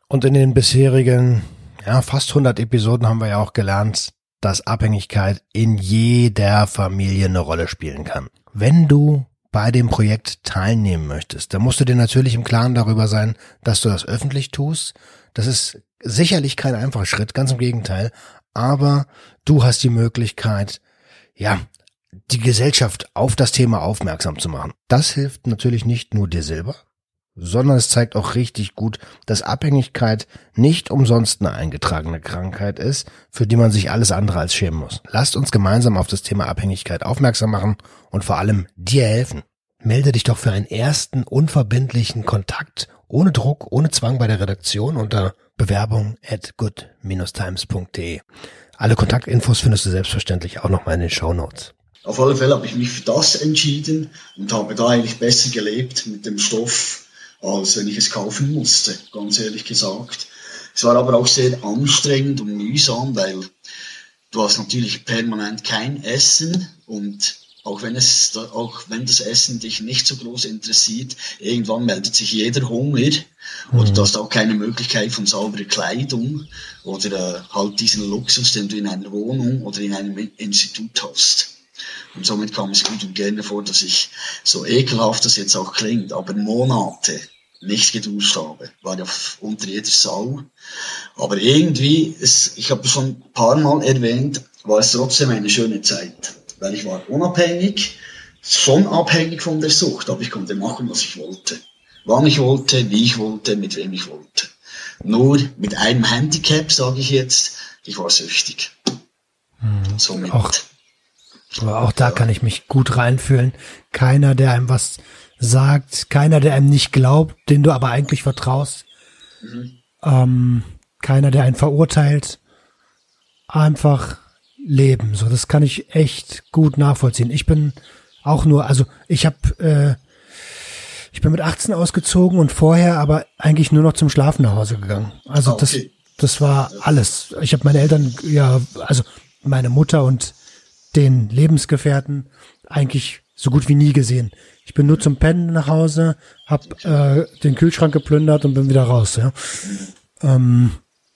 Und in den bisherigen, fast 100 Episoden haben wir ja auch gelernt, dass Abhängigkeit in jeder Familie eine Rolle spielen kann. Wenn du bei dem Projekt teilnehmen möchtest, dann musst du dir natürlich im Klaren darüber sein, dass du das öffentlich tust. Das ist sicherlich kein einfacher Schritt, ganz im Gegenteil. Aber du hast die Möglichkeit, die Gesellschaft auf das Thema aufmerksam zu machen. Das hilft natürlich nicht nur dir selber, sondern es zeigt auch richtig gut, dass Abhängigkeit nicht umsonst eine eingetragene Krankheit ist, für die man sich alles andere als schämen muss. Lasst uns gemeinsam auf das Thema Abhängigkeit aufmerksam machen und vor allem dir helfen. Melde dich doch für einen ersten unverbindlichen Kontakt ohne Druck, ohne Zwang bei der Redaktion unter bewerbung@good-times.de. Alle Kontaktinfos findest du selbstverständlich auch nochmal in den Shownotes. Auf alle Fälle habe ich mich für das entschieden und habe da eigentlich besser gelebt mit dem Stoff, als wenn ich es kaufen musste, ganz ehrlich gesagt. Es war aber auch sehr anstrengend und mühsam, weil du hast natürlich permanent kein Essen und auch wenn das Essen dich nicht so groß interessiert, irgendwann meldet sich jeder Hunger oder du hast auch keine Möglichkeit von sauberer Kleidung oder halt diesen Luxus, den du in einer Wohnung oder in einem Institut hast. Und somit kam es gut und gerne vor, dass ich, so ekelhaft das jetzt auch klingt, aber Monate nicht geduscht habe. War ja unter jeder Sau. Aber irgendwie, ich habe schon ein paar Mal erwähnt, war es trotzdem eine schöne Zeit. Weil ich war unabhängig, schon abhängig von der Sucht, aber ich konnte machen, was ich wollte. Wann ich wollte, wie ich wollte, mit wem ich wollte. Nur mit einem Handicap, sage ich jetzt, ich war süchtig. Somit... Aber auch da kann ich mich gut reinfühlen. Keiner, der einem was sagt, keiner, der einem nicht glaubt, den du aber eigentlich vertraust. Keiner, der einen verurteilt. Einfach leben. So, das kann ich echt gut nachvollziehen. Ich bin auch nur, ich bin mit 18 ausgezogen und vorher aber eigentlich nur noch zum Schlafen nach Hause gegangen. Also okay. Das war alles. Ich habe meine Eltern, meine Mutter und den Lebensgefährten eigentlich so gut wie nie gesehen. Ich bin nur zum Pennen nach Hause, hab den Kühlschrank geplündert und bin wieder raus. Ja. Und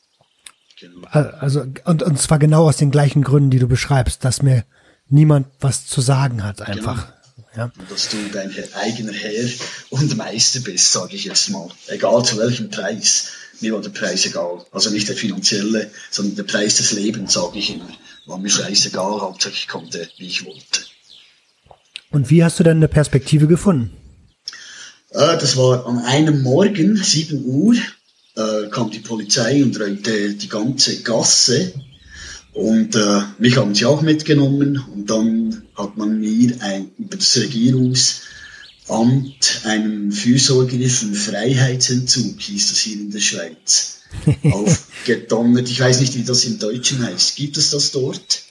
zwar genau aus den gleichen Gründen, die du beschreibst, dass mir niemand was zu sagen hat, einfach. Genau. Ja. Und dass du dein eigener Herr und Meister bist, sage ich jetzt mal. Egal zu welchem Preis. Mir war der Preis egal. Also nicht der finanzielle, sondern der Preis des Lebens, sage ich immer. War mir scheißegal, Hauptsache ich konnte, wie ich wollte. Und wie hast du denn eine Perspektive gefunden? Das war an einem Morgen, 7 Uhr, kam die Polizei und räumte die ganze Gasse. Und mich haben sie auch mitgenommen. Und dann hat man mir über das Regierungsamt einen fürsorgerlichen Freiheitsentzug, hieß das hier in der Schweiz, aufgedonnert. Ich weiß nicht, wie das im Deutschen heißt. Gibt es das dort?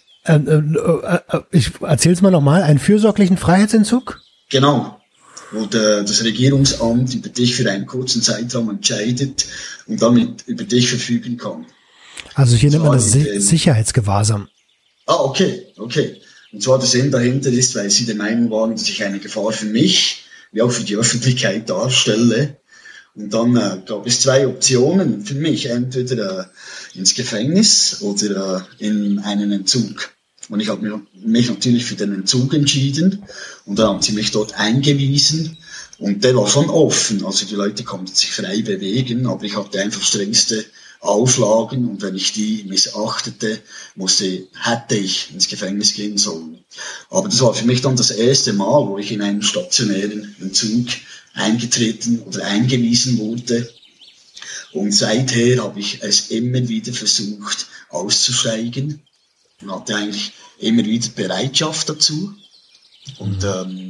Ich erzähl's mal nochmal. Einen fürsorglichen Freiheitsentzug? Genau. Wo das Regierungsamt über dich für einen kurzen Zeitraum entscheidet und damit über dich verfügen kann. Also hier nennt man das Sicherheitsgewahrsam. Okay. Und zwar der Sinn dahinter ist, weil sie der Meinung waren, dass ich eine Gefahr für mich, wie auch für die Öffentlichkeit darstelle. Und dann gab es 2 Optionen für mich, entweder ins Gefängnis oder in einen Entzug. Und ich habe mich natürlich für den Entzug entschieden und dann haben sie mich dort eingewiesen und der war schon offen, also die Leute konnten sich frei bewegen, aber ich hatte einfach strengste Auflagen und wenn ich die missachtete, hätte ich ins Gefängnis gehen sollen. Aber das war für mich dann das erste Mal, wo ich in einen stationären Entzug eingetreten oder eingewiesen wurde. Und seither habe ich es immer wieder versucht auszusteigen und hatte eigentlich immer wieder Bereitschaft dazu. Und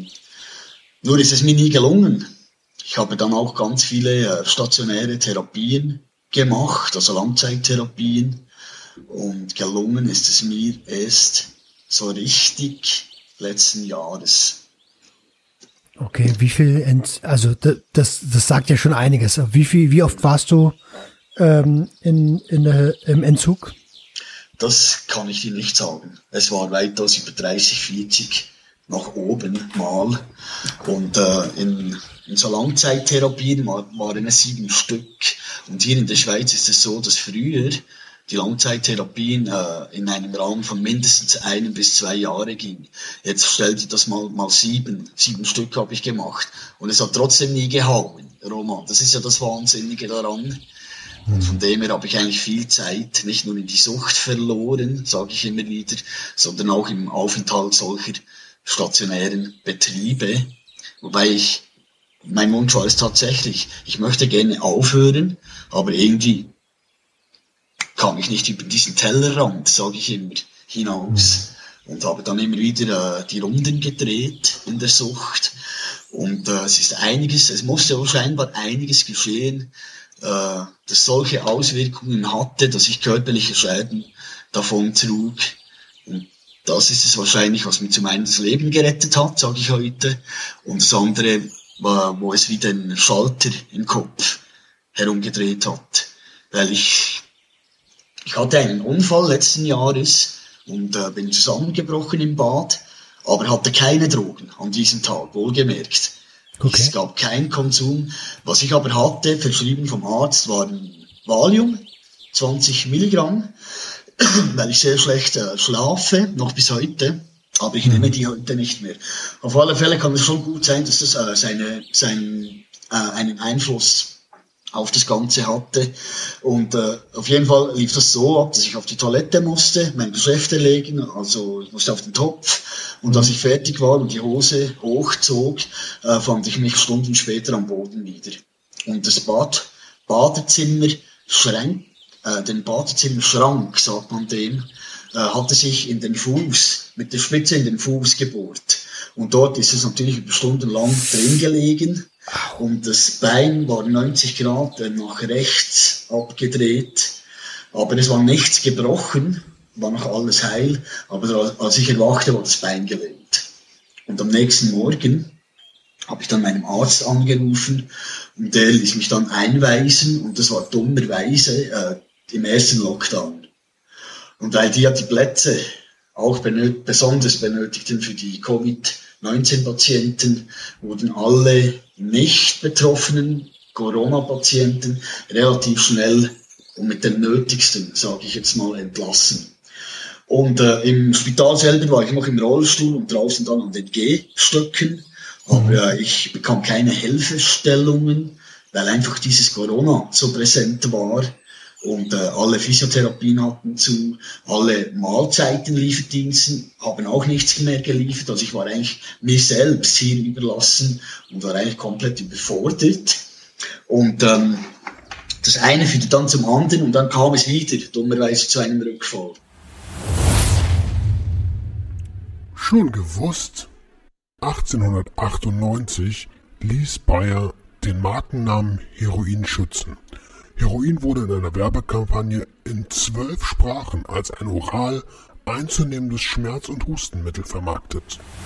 nur ist es mir nie gelungen. Ich habe dann auch ganz viele stationäre Therapien gemacht, also Langzeittherapien. Und gelungen ist es mir erst so richtig letzten Jahres. Okay, wie viel, das sagt ja schon einiges. Wie oft warst du im Entzug? Das kann ich dir nicht sagen. Es war weitaus über 30, 40 nach oben mal. Und in so Langzeittherapien waren es 7 Stück. Und hier in der Schweiz ist es so, dass früher die Langzeittherapien in einem Rahmen von mindestens 1 bis 2 Jahre ging. Jetzt stell dir das mal 7 Stück habe ich gemacht. Und es hat trotzdem nie gehauen, Roman. Das ist ja das Wahnsinnige daran. Und von dem her habe ich eigentlich viel Zeit, nicht nur in die Sucht verloren, sage ich immer wieder, sondern auch im Aufenthalt solcher stationären Betriebe. Wobei mein Wunsch war es tatsächlich, ich möchte gerne aufhören, aber irgendwie kam ich nicht über diesen Tellerrand, sage ich immer, hinaus. Und habe dann immer wieder die Runden gedreht in der Sucht. Und es musste auch scheinbar einiges geschehen, das solche Auswirkungen hatte, dass ich körperliche Schäden davon trug. Und das ist es wahrscheinlich, was mir zum einen das Leben gerettet hat, sage ich heute. Und das andere, wo es wieder einen Schalter im Kopf herumgedreht hat. Weil ich hatte einen Unfall letzten Jahres und bin zusammengebrochen im Bad, aber hatte keine Drogen an diesem Tag, wohlgemerkt. Okay. Es gab keinen Konsum. Was ich aber hatte, verschrieben vom Arzt, waren Valium, 20 Milligramm, weil ich sehr schlecht schlafe, noch bis heute. Aber ich nehme die heute nicht mehr. Auf alle Fälle kann es schon gut sein, dass das einen Einfluss auf das Ganze hatte. Und auf jeden Fall lief das so ab, dass ich auf die Toilette musste, mein Geschäft erlegen, also ich musste auf den Topf. Und als ich fertig war und die Hose hochzog, fand ich mich Stunden später am Boden wieder. Und das den Badezimmerschrank, sagt man dem, hatte sich in den Fuß, mit der Spitze in den Fuß gebohrt. Und dort ist es natürlich über Stunden lang drin gelegen. Und das Bein war 90 Grad nach rechts abgedreht. Aber es war nichts gebrochen, war noch alles heil. Aber als ich erwachte, war das Bein gelähmt. Und am nächsten Morgen habe ich dann meinem Arzt angerufen und der ließ mich dann einweisen. Und das war dummerweise im ersten Lockdown. Und weil die ja die Plätze auch besonders benötigten für die Covid-19-Patienten, wurden alle nicht betroffenen Corona-Patienten relativ schnell und mit den nötigsten, sage ich jetzt mal, entlassen. Und im Spital selber war ich noch im Rollstuhl und draußen dann an den Gehstöcken, aber ich bekam keine Hilfestellungen, weil einfach dieses Corona so präsent war. Und alle Physiotherapien hatten zu, alle Mahlzeitenlieferdiensten haben auch nichts mehr geliefert. Also ich war eigentlich mir selbst hier überlassen und war eigentlich komplett überfordert. Und das eine führte dann zum anderen und dann kam es wieder, dummerweise, zu einem Rückfall. Schon gewusst? 1898 ließ Bayer den Markennamen Heroin schützen. Heroin wurde in einer Werbekampagne in 12 Sprachen als ein oral einzunehmendes Schmerz- und Hustenmittel vermarktet.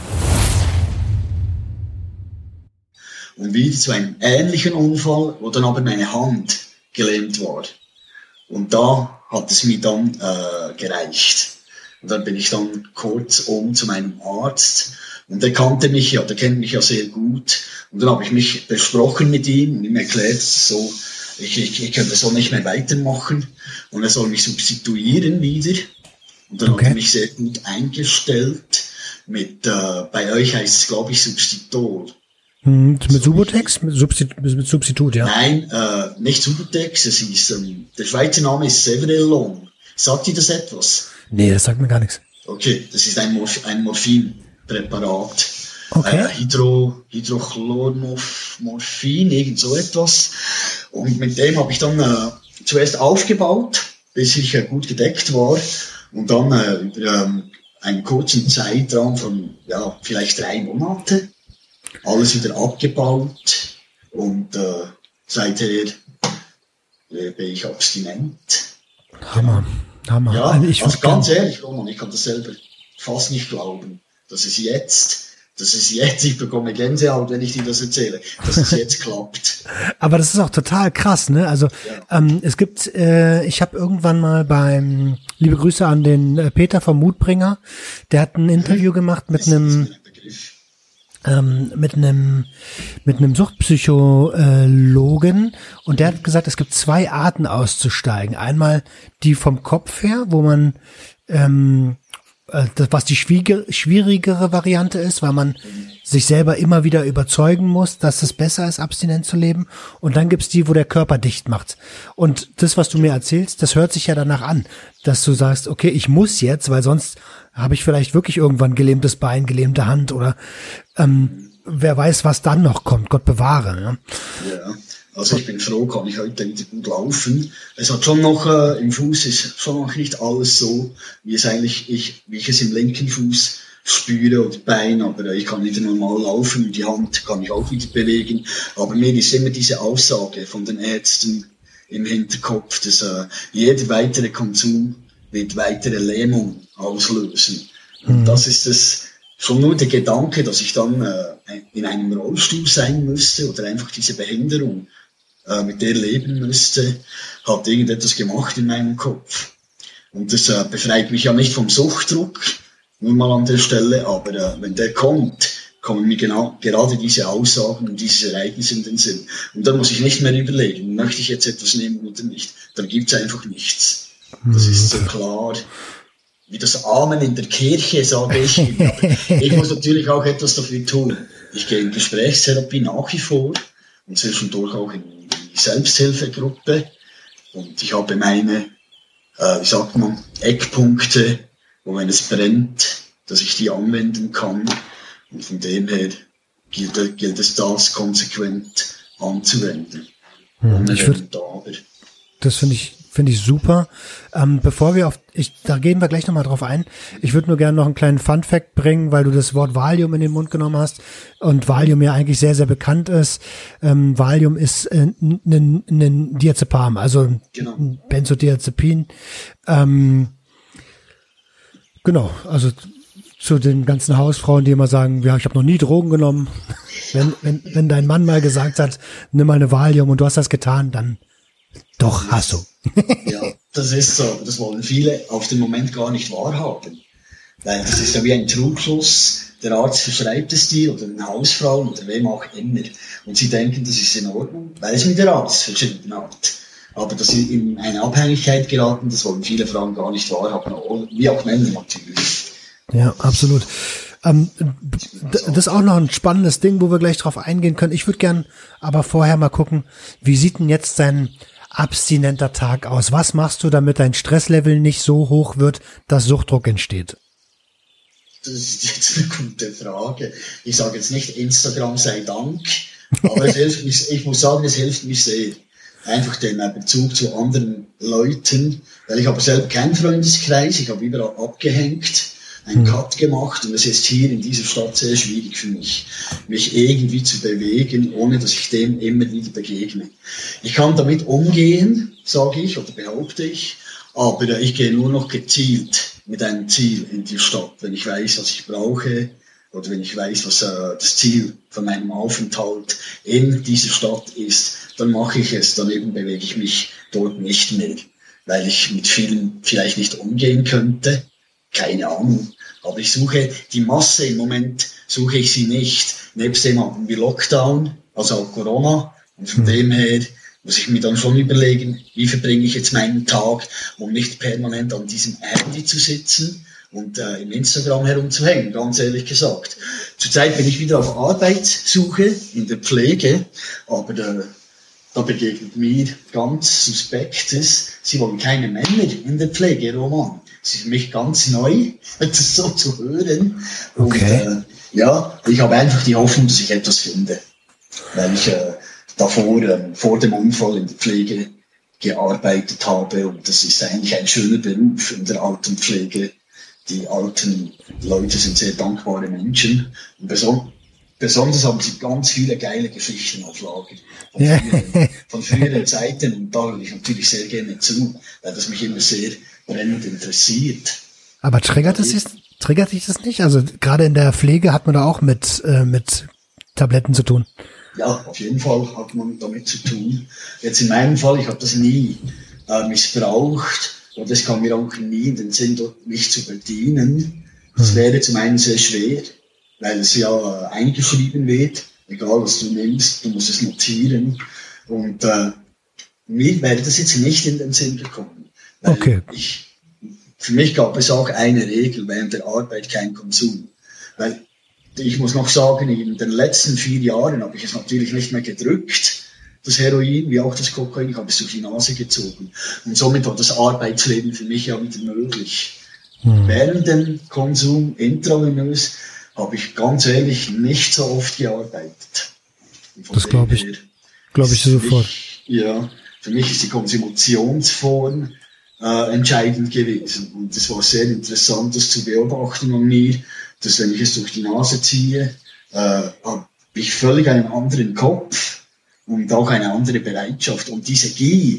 Und wieder zu einem ähnlichen Unfall, wo dann aber meine Hand gelähmt war. Und da hat es mir dann gereicht. Und dann bin ich dann kurzum zu meinem Arzt. Und der kennt mich ja sehr gut. Und dann habe ich mich besprochen mit ihm und ihm erklärt, so, ich könnte so nicht mehr weitermachen und er soll mich substituieren wieder. Und dann hat er mich sehr gut eingestellt mit, bei euch heißt es, glaube ich, Substitol. Mit Subutex? Mit Substitut, ja. Nein, nicht Subutex, es hieß, der Schweizer Name ist Severellon. Sagt ihr das etwas? Nee, das sagt mir gar nichts. Okay, das ist ein Morphinpräparat. Okay. Hydrochlormorphin, irgend so etwas. Und mit dem habe ich dann zuerst aufgebaut, bis ich gut gedeckt war. Und dann über einen kurzen Zeitraum von vielleicht 3 Monate alles wieder abgebaut. Und seither bin ich abstinent. Hammer. Ja, also ganz ehrlich, Roman, ich kann das selber fast nicht glauben, dass es jetzt, ich bekomme Gänsehaut, wenn ich dir das erzähle, dass es jetzt klappt. Aber das ist auch total krass, ne? Also es gibt, ich habe irgendwann mal liebe Grüße an den Peter vom Mutbringer, der hat ein Interview gemacht mit einem, mit einem Suchtpsychologen, und der hat gesagt, es gibt 2 Arten auszusteigen. Einmal die vom Kopf her, wo man was die schwierigere Variante ist, weil man sich selber immer wieder überzeugen muss, dass es besser ist, abstinent zu leben. Und dann gibt's die, wo der Körper dicht macht. Und das, was du mir erzählst, das hört sich ja danach an, dass du sagst, okay, ich muss jetzt, weil sonst habe ich vielleicht wirklich irgendwann gelähmtes Bein, gelähmte Hand oder wer weiß, was dann noch kommt. Gott bewahre. Ja. Ja, also ich bin froh, kann ich heute wieder gut laufen. Es hat schon noch, im Fuß ist schon noch nicht alles so, wie ich es im linken Fuß spüre oder Bein, aber ich kann wieder normal laufen, die Hand kann ich auch wieder bewegen. Aber mir ist immer diese Aussage von den Ärzten im Hinterkopf, dass jeder weitere Konsum wird weitere Lähmung auslösen. Und das ist es, schon nur der Gedanke, dass ich dann in einem Rollstuhl sein müsste oder einfach diese Behinderung mit der leben müsste, hat irgendetwas gemacht in meinem Kopf. Und das befreit mich ja nicht vom Suchtdruck, nur mal an der Stelle, aber wenn der kommt, kommen mir gerade diese Aussagen und dieses Ereignis in den Sinn. Und dann muss ich nicht mehr überlegen, möchte ich jetzt etwas nehmen oder nicht. Dann gibt's einfach nichts. Das ist so klar. Wie das Amen in der Kirche, sage ich. Aber ich muss natürlich auch etwas dafür tun. Ich gehe in Gesprächstherapie nach wie vor und zwischendurch auch in die Selbsthilfegruppe. Und ich habe meine, Eckpunkte, wo wenn es brennt, dass ich die anwenden kann. Und von dem her gilt es das konsequent anzuwenden. Das finde ich super. Bevor wir da gehen wir gleich nochmal drauf ein. Ich würde nur gerne noch einen kleinen Fun-Fact bringen, weil du das Wort Valium in den Mund genommen hast und Valium ja eigentlich sehr, sehr bekannt ist. Valium ist ein Diazepam, also ein Benzodiazepin. Genau, also zu den ganzen Hausfrauen, die immer sagen, ja, ich habe noch nie Drogen genommen. Wenn dein Mann mal gesagt hat, nimm mal eine Valium und du hast das getan, dann doch, hast du. Ja, das ist so. Das wollen viele auf den Moment gar nicht wahrhaben. Weil das ist ja wie ein Trugschluss. Der Arzt verschreibt es dir oder den Hausfrauen oder wem auch immer. Und sie denken, das ist in Ordnung, weil es mit der Arzt verschrieben hat. Aber dass sie in eine Abhängigkeit geraten, das wollen viele Frauen gar nicht wahrhaben. Wie auch Männer natürlich. Ja, absolut. Das ist auch noch ein spannendes Ding, wo wir gleich drauf eingehen können. Ich würde gern aber vorher mal gucken, wie sieht denn jetzt dein abstinenter Tag aus? Was machst du, damit dein Stresslevel nicht so hoch wird, dass Suchtdruck entsteht? Das ist jetzt eine gute Frage. Ich sage jetzt nicht Instagram sei Dank, aber es hilft mich, ich muss sagen, es hilft mich sehr. Einfach den Bezug zu anderen Leuten, weil ich habe selber keinen Freundeskreis, ich habe überall abgehängt, einen Cut gemacht und es ist hier in dieser Stadt sehr schwierig für mich irgendwie zu bewegen, ohne dass ich dem immer wieder begegne. Ich kann damit umgehen, sage ich oder behaupte ich, aber ich gehe nur noch gezielt mit einem Ziel in die Stadt, wenn ich weiß, was ich brauche oder wenn ich weiß, was das Ziel von meinem Aufenthalt in dieser Stadt ist, dann mache ich es, daneben bewege ich mich dort nicht mehr, weil ich mit vielen vielleicht nicht umgehen könnte. Keine Ahnung. Aber ich suche die Masse im Moment, suche ich sie nicht. Nebst dem haben wir Lockdown, also auch Corona. Und von dem her muss ich mir dann schon überlegen, wie verbringe ich jetzt meinen Tag, um nicht permanent an diesem Handy zu sitzen und im Instagram herumzuhängen, ganz ehrlich gesagt. Zurzeit bin ich wieder auf Arbeitssuche in der Pflege, aber da begegnet mir ganz Suspektes. Sie wollen keine Männer in der Pflege, Roman. Es ist für mich ganz neu, das so zu hören. Okay. Und ich habe einfach die Hoffnung, dass ich etwas finde. Weil ich vor dem Unfall in der Pflege gearbeitet habe. Und das ist eigentlich ein schöner Beruf in der Altenpflege. Die alten Leute sind sehr dankbare Menschen. Und besonders haben sie ganz viele geile Geschichten auf Lager. Von früheren Zeiten. Und da höre ich natürlich sehr gerne zu, weil das mich immer sehr brennend interessiert. Aber triggert dich das nicht? Also gerade in der Pflege hat man da auch mit Tabletten zu tun. Ja, auf jeden Fall hat man damit zu tun. Jetzt in meinem Fall, ich habe das nie missbraucht und es kam mir auch nie in den Sinn, dort mich zu bedienen. Das wäre zum einen sehr schwer, weil es ja eingeschrieben wird, egal was du nimmst, du musst es notieren. Und mir wäre das jetzt nicht in den Sinn gekommen. Weil Okay. Für mich gab es auch eine Regel während der Arbeit, kein Konsum. Weil ich muss noch sagen, in den letzten 4 Jahren habe ich es natürlich nicht mehr gedrückt, das Heroin wie auch das Kokain, ich habe es durch die Nase gezogen. Und somit war das Arbeitsleben für mich ja wieder möglich. Während dem Konsum intravenös habe ich ganz ehrlich nicht so oft gearbeitet. Das glaube ich sofort. Für mich ist die Konsumationsform entscheidend gewesen. Und es war sehr interessant, das zu beobachten an mir, dass wenn ich es durch die Nase ziehe, habe ich völlig einen anderen Kopf und auch eine andere Bereitschaft. Und diese Gier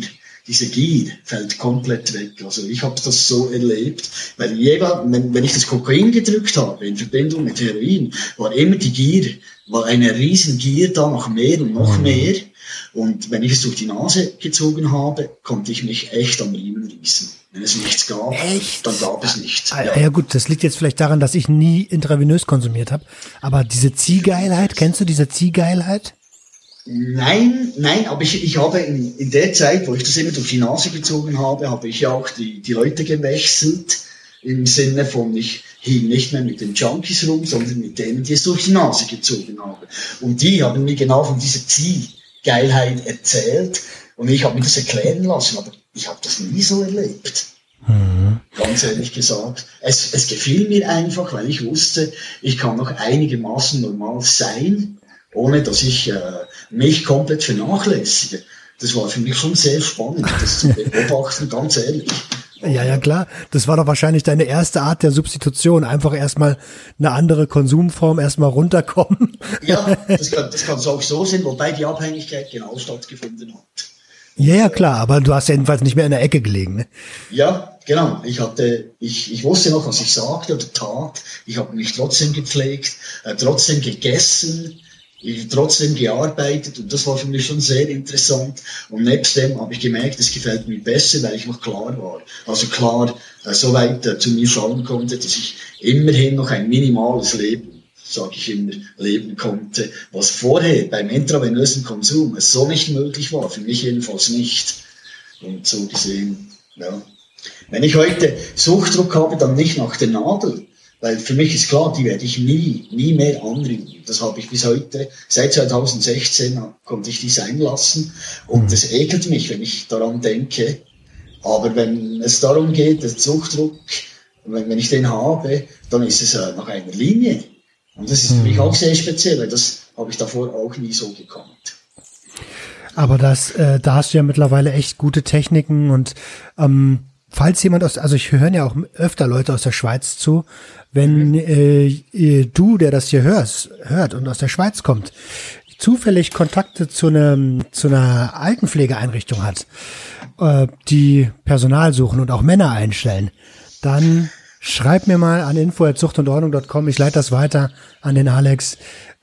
fällt komplett weg. Also ich habe das so erlebt, weil wenn ich das Kokain gedrückt habe in Verbindung mit Heroin, war immer die Gier, war eine riesen Gier da nach mehr und noch mehr. Und wenn ich es durch die Nase gezogen habe, konnte ich mich echt am Riemen reißen. Wenn es nichts gab, dann gab es nichts. Ja gut, das liegt jetzt vielleicht daran, dass ich nie intravenös konsumiert habe. Aber diese Ziehgeilheit, kennst du diese Ziehgeilheit? Nein, aber ich habe in der Zeit, wo ich das immer durch die Nase gezogen habe, habe ich ja auch die Leute gewechselt. Im Sinne von, ich hing nicht mehr mit den Junkies rum, sondern mit denen, die es durch die Nase gezogen haben. Und die haben mir genau von dieser Ziehgeilheit erzählt. Und ich habe mir das erklären lassen, aber ich habe das nie so erlebt. Ganz ehrlich gesagt. Es gefiel mir einfach, weil ich wusste, ich kann noch einigermaßen normal sein, ohne dass ich mich komplett vernachlässige. Das war für mich schon sehr spannend, das zu beobachten, ganz ehrlich. Ja, klar. Das war doch wahrscheinlich deine erste Art der Substitution. Einfach erstmal eine andere Konsumform, erstmal runterkommen. Ja, das kann auch so sein, wobei die Abhängigkeit genau stattgefunden hat. Ja, klar, aber du hast ja jedenfalls nicht mehr in der Ecke gelegen, ne? Ja, genau. Ich wusste noch, was ich sagte oder tat. Ich habe mich trotzdem gepflegt, trotzdem gegessen, trotzdem gearbeitet und das war für mich schon sehr interessant. Und nebst dem habe ich gemerkt, es gefällt mir besser, weil ich noch klar war. Also klar, so weit zu mir schauen konnte, dass ich immerhin noch ein minimales Leben, sage ich immer, leben konnte, was vorher beim intravenösen Konsum es so nicht möglich war, für mich jedenfalls nicht. Und so gesehen, ja. Wenn ich heute Suchtdruck habe, dann nicht nach der Nadel, weil für mich ist klar, die werde ich nie mehr anrühren. Das habe ich bis heute, seit 2016 konnte ich die sein lassen und das ekelt mich, wenn ich daran denke. Aber wenn es darum geht, der Suchtdruck, wenn ich den habe, dann ist es nach einer Linie. Und das ist für mich auch sehr speziell, weil das habe ich davor auch nie so gekannt. Aber da hast du ja mittlerweile echt gute Techniken und falls jemand also ich höre ja auch öfter Leute aus der Schweiz zu, wenn du, der das hier hört und aus der Schweiz kommt, zufällig Kontakte zu einer Altenpflegeeinrichtung hat, die Personal suchen und auch Männer einstellen, dann schreib mir mal an info@zuchtundordnung.com. Ich leite das weiter an den Alex.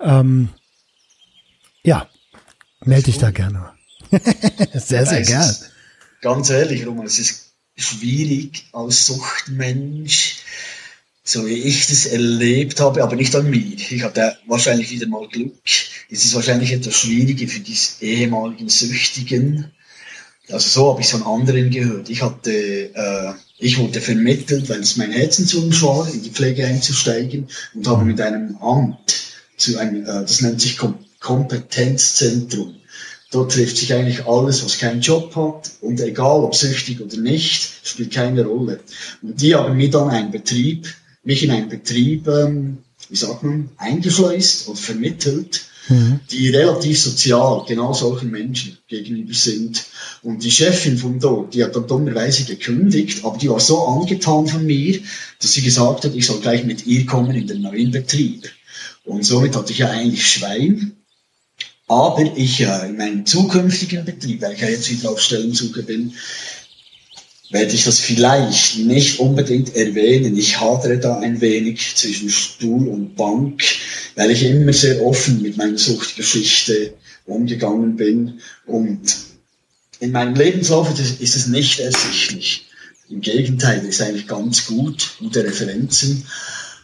Ja, melde dich da gerne. Sehr, sehr gern. Ganz ehrlich, Roman, es ist schwierig als Suchtmensch, so wie ich das erlebt habe, aber nicht an mir. Ich hatte wahrscheinlich wieder mal Glück. Es ist wahrscheinlich etwas schwieriger für die ehemaligen Süchtigen. Also so habe ich es von anderen gehört. Ich wurde vermittelt, weil es mein Herzenswunsch war, in die Pflege einzusteigen und habe mit einem Amt das nennt sich Kompetenzzentrum. Dort trifft sich eigentlich alles, was keinen Job hat und egal ob süchtig oder nicht, spielt keine Rolle. Und die haben mich dann mich in einen Betrieb, eingeschleust oder vermittelt, die relativ sozial genau solchen Menschen gegenüber sind. Und die Chefin von dort, die hat dann dummerweise gekündigt, aber die war so angetan von mir, dass sie gesagt hat, ich soll gleich mit ihr kommen in den neuen Betrieb. Und somit hatte ich ja eigentlich Schwein. Aber ich in meinem zukünftigen Betrieb, weil ich ja jetzt wieder auf Stellensuche bin, werde ich das vielleicht nicht unbedingt erwähnen. Ich hadere da ein wenig zwischen Stuhl und Bank, weil ich immer sehr offen mit meiner Suchtgeschichte umgegangen bin. Und in meinem Lebenslauf ist es nicht ersichtlich. Im Gegenteil, es ist eigentlich ganz gut, gute Referenzen.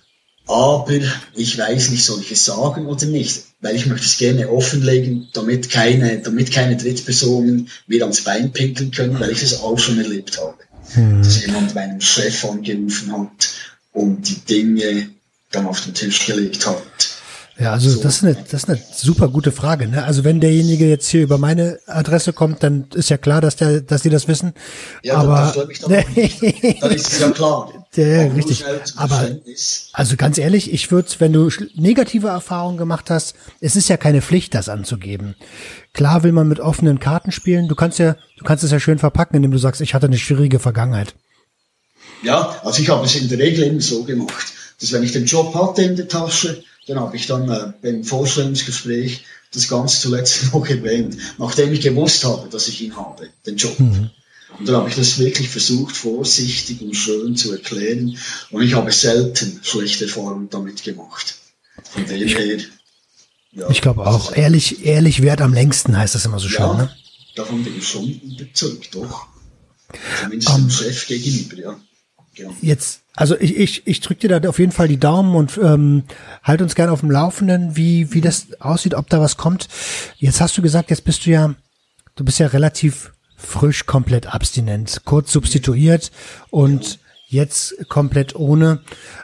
Aber ich weiß nicht, soll ich es sagen oder nicht? Weil ich möchte es gerne offenlegen, damit keine Drittpersonen mir ans Bein pinkeln können, weil ich es auch schon erlebt habe. Dass jemand meinen Chef angerufen hat und die Dinge dann auf den Tisch gelegt hat. Ja, also so. Das ist eine super gute Frage, ne? Also wenn derjenige jetzt hier über meine Adresse kommt, dann ist ja klar, dass die das wissen. Ja, aber dann mich dann ist es ja klar. Ja, richtig. Aber also ganz ehrlich, ich würde, wenn du negative Erfahrungen gemacht hast, es ist ja keine Pflicht, das anzugeben. Klar will man mit offenen Karten spielen. Du kannst es ja schön verpacken, indem du sagst, ich hatte eine schwierige Vergangenheit. Ja, also ich habe es in der Regel eben so gemacht, dass wenn ich den Job hatte in der Tasche, dann habe ich dann beim Vorstellungsgespräch das ganz zuletzt noch erwähnt, nachdem ich gewusst habe, dass ich ihn habe, den Job. Und dann habe ich das wirklich versucht, vorsichtig und schön zu erklären. Und ich habe selten schlechte Erfahrungen damit gemacht. Von dem her, ja. Ich glaube auch, ehrlich währt am längsten, heißt das immer so schön, ja, ne? Davon bin ich schon überzeugt, doch. Zumindest dem Chef gegenüber, ja. Genau. Jetzt, also ich drücke dir da auf jeden Fall die Daumen und halt uns gerne auf dem Laufenden, wie das aussieht, ob da was kommt. Jetzt hast du gesagt, du bist ja relativ frisch komplett abstinent, kurz substituiert und jetzt komplett ohne.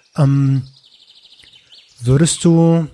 Würdest du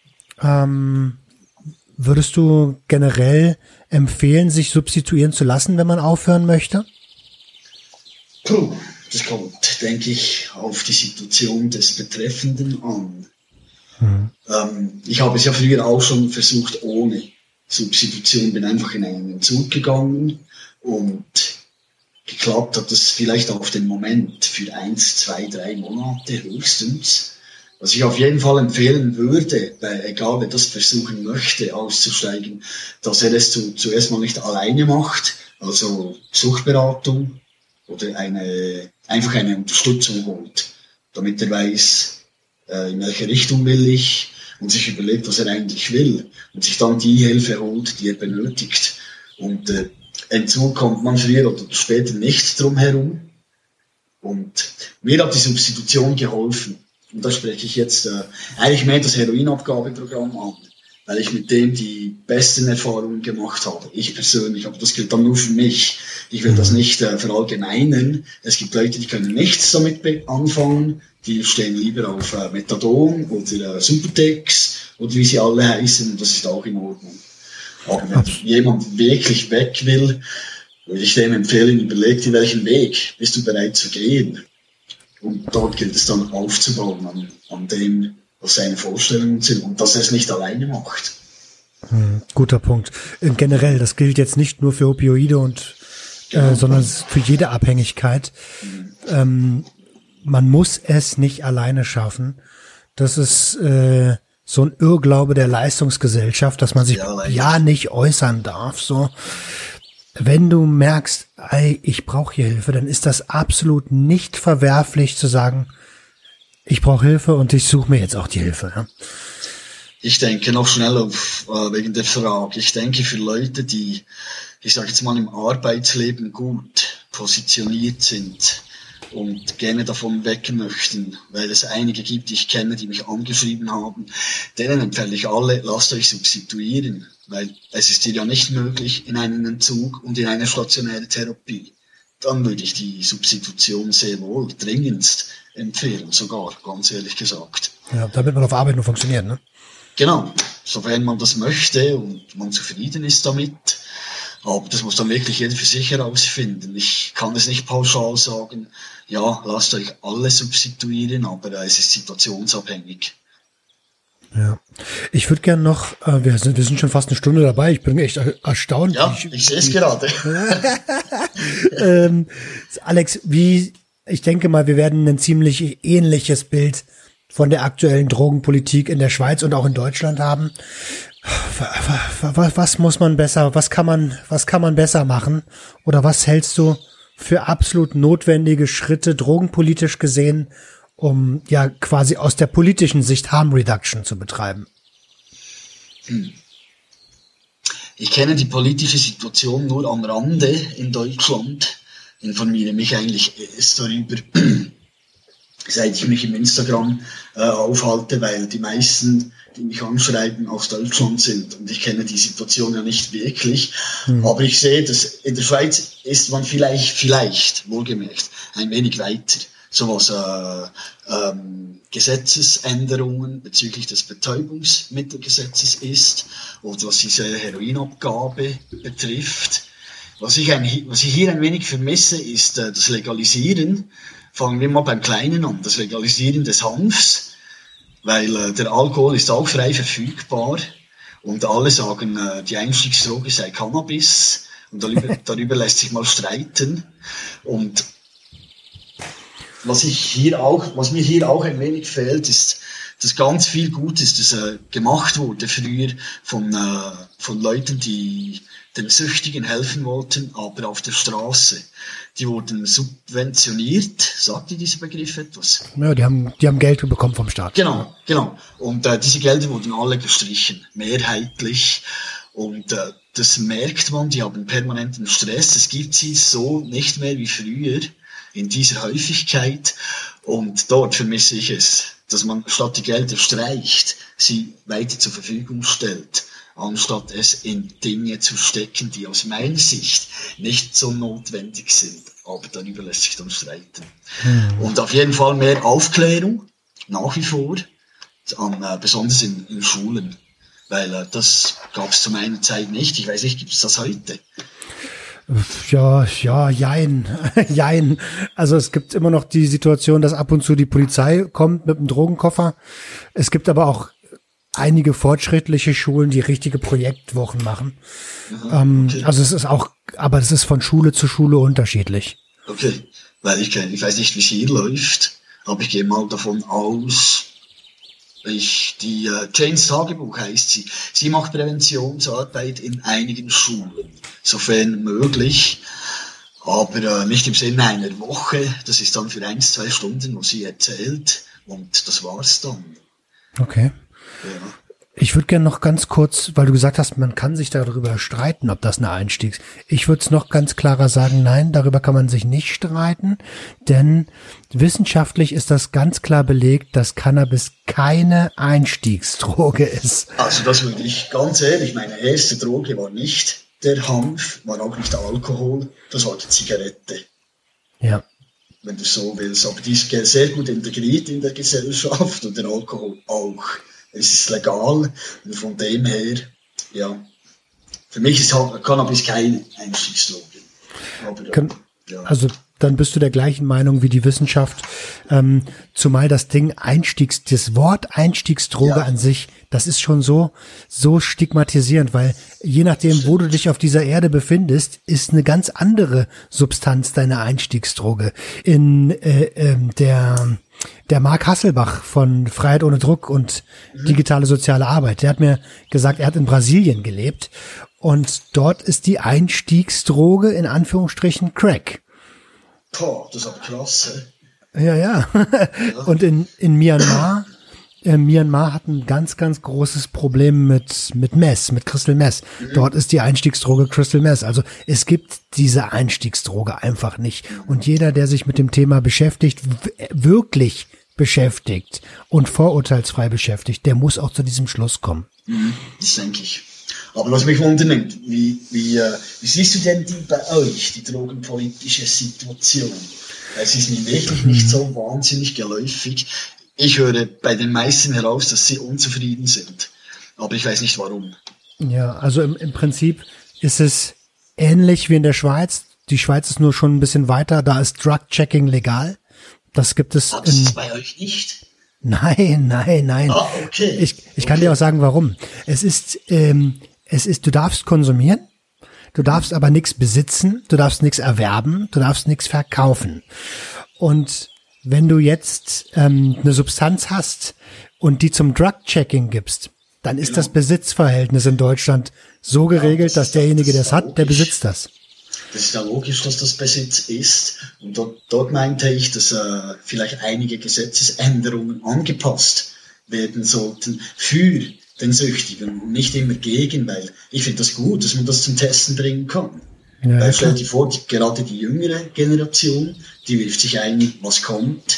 generell empfehlen, sich substituieren zu lassen, wenn man aufhören möchte? Puh. Das kommt, denke ich, auf die Situation des Betreffenden an. Ich habe es ja früher auch schon versucht ohne Substitution, bin einfach in einen Entzug gegangen und geklappt hat das vielleicht auf den Moment für 1, 2, 3 Monate höchstens. Was ich auf jeden Fall empfehlen würde, egal wer das versuchen möchte, auszusteigen, dass er es zuerst mal nicht alleine macht, also Suchtberatung, oder einfach eine Unterstützung holt, damit er weiß, in welche Richtung will ich und sich überlegt, was er eigentlich will und sich dann die Hilfe holt, die er benötigt. Und Entzug kommt man früher oder später nicht drum herum. Und mir hat die Substitution geholfen. Und da spreche ich jetzt eigentlich mehr das Heroinabgabeprogramm an, weil ich mit dem die besten Erfahrungen gemacht habe. Ich persönlich, aber das gilt dann nur für mich. Ich will das nicht verallgemeinern. Es gibt Leute, die können nichts damit anfangen. Die stehen lieber auf Methadon oder Subutex oder wie sie alle heißen. Und das ist auch in Ordnung. Aber wenn jemand wirklich weg will, würde ich dem empfehlen, überleg dir, welchen Weg bist du bereit zu gehen. Und dort gilt es dann aufzubauen an dem, was seine Vorstellungen sind und dass er es nicht alleine macht. Guter Punkt. Generell, das gilt jetzt nicht nur für Opioide und sondern für jede Abhängigkeit. Man muss es nicht alleine schaffen. Das ist so ein Irrglaube der Leistungsgesellschaft, dass man sich nicht äußern darf. So, wenn du merkst, ich brauche hier Hilfe, dann ist das absolut nicht verwerflich zu sagen, ich brauche Hilfe und ich suche mir jetzt auch die Hilfe. Ja? Ich denke noch schnell wegen der Frage. Ich denke für Leute, die, ich sage jetzt mal, im Arbeitsleben gut positioniert sind und gerne davon weg möchten, weil es einige gibt, die ich kenne, die mich angeschrieben haben, denen empfehle ich alle, lasst euch substituieren, weil es ist dir ja nicht möglich in einen Entzug und in eine stationäre Therapie. Dann würde ich die Substitution sehr wohl dringendst empfehlen, sogar, ganz ehrlich gesagt. Ja, damit man auf Arbeit nur funktioniert, ne? Genau, sofern man das möchte und man zufrieden ist damit. Aber das muss dann wirklich jeder für sich herausfinden. Ich kann es nicht pauschal sagen, ja, lasst euch alle substituieren, aber es ist situationsabhängig. Ja, ich würde gerne noch, wir sind schon fast eine Stunde dabei, ich bin echt erstaunt. Ja, ich sehe es gerade. Alex, ich denke mal, wir werden ein ziemlich ähnliches Bild von der aktuellen Drogenpolitik in der Schweiz und auch in Deutschland haben. Was muss man besser, was kann man besser machen? Oder was hältst du für absolut notwendige Schritte drogenpolitisch gesehen, um ja quasi aus der politischen Sicht Harm Reduction zu betreiben? Ich kenne die politische Situation nur am Rande in Deutschland, informiere mich eigentlich erst darüber, seit ich mich im Instagram aufhalte, weil die meisten, die mich anschreiben, aus Deutschland sind und ich kenne die Situation ja nicht wirklich. Aber ich sehe, dass in der Schweiz ist man vielleicht, wohlgemerkt, ein wenig weiter. So was Gesetzesänderungen bezüglich des Betäubungsmittelgesetzes ist oder was diese Heroinabgabe betrifft. Was ich hier ein wenig vermisse, ist das Legalisieren. Fangen wir mal beim Kleinen an, das Legalisieren des Hanfs, weil der Alkohol ist auch frei verfügbar und alle sagen, die Einstiegsdroge sei Cannabis und darüber lässt sich mal streiten. Und was mir hier auch ein wenig fehlt, ist, dass ganz viel Gutes, das gemacht wurde früher von Leuten, die den Süchtigen helfen wollten, aber auf der Straße. Die wurden subventioniert. Sagt ihr dieser Begriff etwas? Ja, die haben Geld bekommen vom Staat. Genau. Und diese Gelder wurden alle gestrichen, mehrheitlich. Und das merkt man, die haben permanenten Stress. Es gibt sie so nicht mehr wie früher in dieser Häufigkeit. Und dort vermisse ich es, dass man statt die Gelder streicht, sie weiter zur Verfügung stellt, anstatt es in Dinge zu stecken, die aus meiner Sicht nicht so notwendig sind. Aber darüber lässt sich dann streiten. Und auf jeden Fall mehr Aufklärung, nach wie vor, besonders in Schulen. Weil das gab es zu meiner Zeit nicht. Ich weiß nicht, gibt es das heute? Ja, jein. Also es gibt immer noch die Situation, dass ab und zu die Polizei kommt mit einem Drogenkoffer. Es gibt aber auch einige fortschrittliche Schulen, die richtige Projektwochen machen. Okay. Also es ist auch, aber das ist von Schule zu Schule unterschiedlich. Okay, weil ich weiß nicht, wie es hier läuft, aber ich gehe mal davon aus, die Janes Tagebuch heißt sie. Sie macht Präventionsarbeit in einigen Schulen, sofern möglich, aber nicht im Sinne einer Woche. Das ist dann für 1-2 Stunden, wo sie erzählt, und das war's dann. Okay. Ja. Ich würde gerne noch ganz kurz, weil du gesagt hast, man kann sich darüber streiten, ob das eine Einstiegs. Ich würde es noch ganz klarer sagen, nein, darüber kann man sich nicht streiten, denn wissenschaftlich ist das ganz klar belegt, dass Cannabis keine Einstiegsdroge ist. Also das würde ich ganz ehrlich, meine erste Droge war nicht der Hanf, war auch nicht der Alkohol, das war die Zigarette. Ja. Wenn du so willst, aber die ist sehr gut integriert in der Gesellschaft und der Alkohol auch. Es ist legal und von dem her, ja, für mich ist Cannabis keine Einstiegsdroge. Aber, ja. Also dann bist du der gleichen Meinung wie die Wissenschaft, zumal das Wort Einstiegsdroge an sich, das ist schon so stigmatisierend, weil je nachdem, wo du dich auf dieser Erde befindest, ist eine ganz andere Substanz deine Einstiegsdroge. Der Marc Hasselbach von Freiheit ohne Druck und digitale soziale Arbeit, der hat mir gesagt, er hat in Brasilien gelebt und dort ist die Einstiegsdroge in Anführungsstrichen Crack. Boah, das ist aber krass. Ja. Und in Myanmar hat ein ganz, ganz großes Problem mit Meth, mit Crystal Meth. Dort ist die Einstiegsdroge Crystal Meth. Also es gibt diese Einstiegsdroge einfach nicht. Und jeder, der sich mit dem Thema beschäftigt, wirklich beschäftigt und vorurteilsfrei beschäftigt, der muss auch zu diesem Schluss kommen. Das denke ich. Aber was mich wundernimmt, wie siehst du denn bei euch die drogenpolitische Situation? Es ist mir wirklich nicht so wahnsinnig geläufig. Ich höre bei den meisten heraus, dass sie unzufrieden sind. Aber ich weiß nicht warum. Ja, also im Prinzip ist es ähnlich wie in der Schweiz. Die Schweiz ist nur schon ein bisschen weiter. Da ist Drug-Checking legal. Das gibt es. Das ist bei euch nicht? Nein. Ah, okay. Ich kann dir auch sagen, warum. Es ist, du darfst konsumieren. Du darfst aber nichts besitzen. Du darfst nichts erwerben. Du darfst nichts verkaufen. Und wenn du jetzt eine Substanz hast und die zum Drug-Checking gibst, dann ist das Besitzverhältnis in Deutschland so geregelt, dass derjenige, der es hat, der besitzt das. Das ist ja logisch, dass das Besitz ist. Und dort meinte ich, dass vielleicht einige Gesetzesänderungen angepasst werden sollten für den Süchtigen und nicht immer gegen, weil ich finde das gut, dass man das zum Testen bringen kann. Ja, weil stell dir vor, gerade die jüngere Generation, die wirft sich ein, was kommt.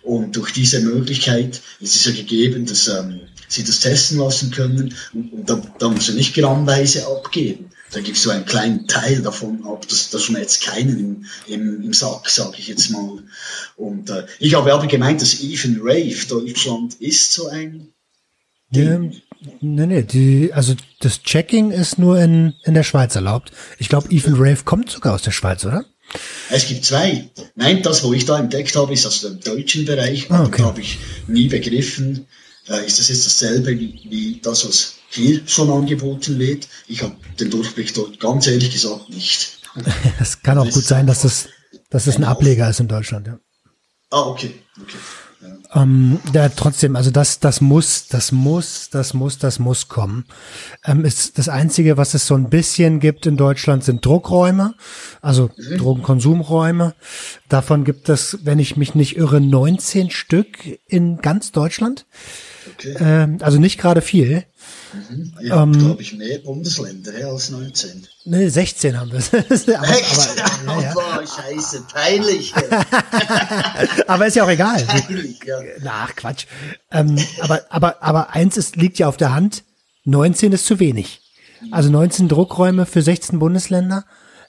Und durch diese Möglichkeit ist es ja gegeben, dass sie das testen lassen können. Und da muss er nicht grammweise abgeben. Da gibst du einen kleinen Teil davon ab. Das schmerzt keinen im Sack, sage ich jetzt mal. Und ich habe aber gemeint, dass Even Rave Deutschland ist so ein Ding. Nee, also das Checking ist nur in der Schweiz erlaubt. Ich glaube, Even Rave kommt sogar aus der Schweiz, oder? Es gibt zwei. Nein, das, wo ich da entdeckt habe, ist aus dem deutschen Bereich. Okay. Da habe ich nie begriffen, ist das jetzt dasselbe wie das, was hier schon angeboten wird. Ich habe den Durchblick dort ganz ehrlich gesagt nicht. Es kann auch gut sein, dass das ein Ableger ist in Deutschland, ja. Ah, okay. Ja, trotzdem, also das muss kommen. Ist das Einzige, was es so ein bisschen gibt in Deutschland, sind Druckräume, also Drogenkonsumräume. Davon gibt es, wenn ich mich nicht irre, 19 Stück in ganz Deutschland. Okay. Also nicht gerade viel. Ich habe, glaube ich, mehr Bundesländer als 19. Ne, 16 haben wir. aber scheiße, peinlich. Aber ist ja auch egal. Peinlich, ja. Ach, Quatsch. Aber eins liegt ja auf der Hand, 19 ist zu wenig. Also 19 Druckräume für 16 Bundesländer,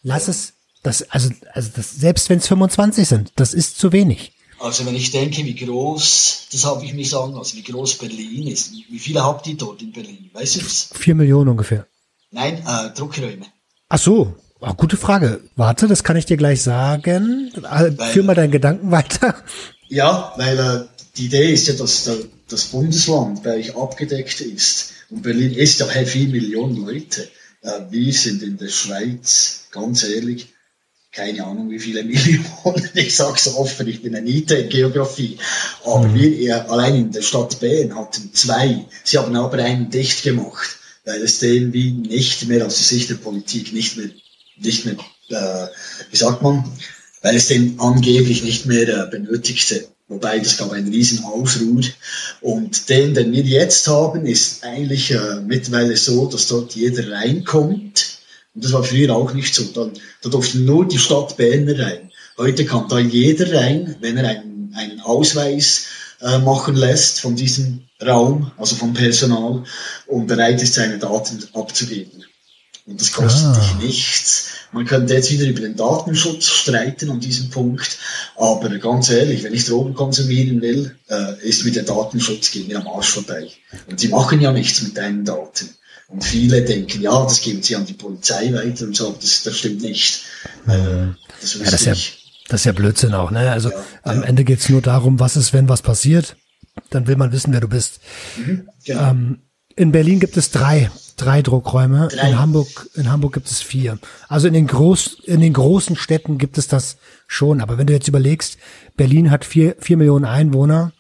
selbst wenn es 25 sind, das ist zu wenig. Also wenn ich denke, wie groß, das habe ich mir sagen lassen, wie groß Berlin ist. Wie viele habt ihr dort in Berlin? Weißt du das? 4 Millionen ungefähr. Nein, Druckräume. Ach so, gute Frage. Warte, das kann ich dir gleich sagen. Führ mal deinen Gedanken weiter. Ja, weil die Idee ist ja, dass das Bundesland bei euch abgedeckt ist. Und Berlin ist ja 4 Millionen Leute. Wir sind in der Schweiz, ganz ehrlich, keine Ahnung, wie viele Millionen. Ich sag's offen, ich bin ein Niete in Geografie. Aber wir allein in der Stadt Bern hatten 2. Sie haben aber einen dicht gemacht, weil es den wie nicht mehr aus der Sicht der Politik nicht mehr, wie sagt man, weil es den angeblich nicht mehr benötigte. Wobei, das gab einen riesen Aufruhr. Und den wir jetzt haben, ist eigentlich mittlerweile so, dass dort jeder reinkommt. Und das war früher auch nicht so. Da durften nur die Stadt Berner rein. Heute kann da jeder rein, wenn er einen Ausweis machen lässt von diesem Raum, also vom Personal, und bereit ist, seine Daten abzugeben. Und das kostet dich nichts. Man könnte jetzt wieder über den Datenschutz streiten an diesem Punkt, aber ganz ehrlich, wenn ich Drogen konsumieren will, ist mir der Datenschutz geht mir am Arsch vorbei. Und die machen ja nichts mit deinen Daten. Und viele denken, ja, das geben sie an die Polizei weiter und so, das stimmt nicht. Das ist ja Blödsinn auch, ne? Also am Ende geht's nur darum, was ist, wenn was passiert. Dann will man wissen, wer du bist. Genau. In Berlin gibt es drei Druckräume. 3. In Hamburg gibt es 4. Also in den großen Städten gibt es das schon. Aber wenn du jetzt überlegst, Berlin hat 4 Millionen Einwohner,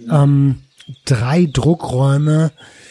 3 Druckräume,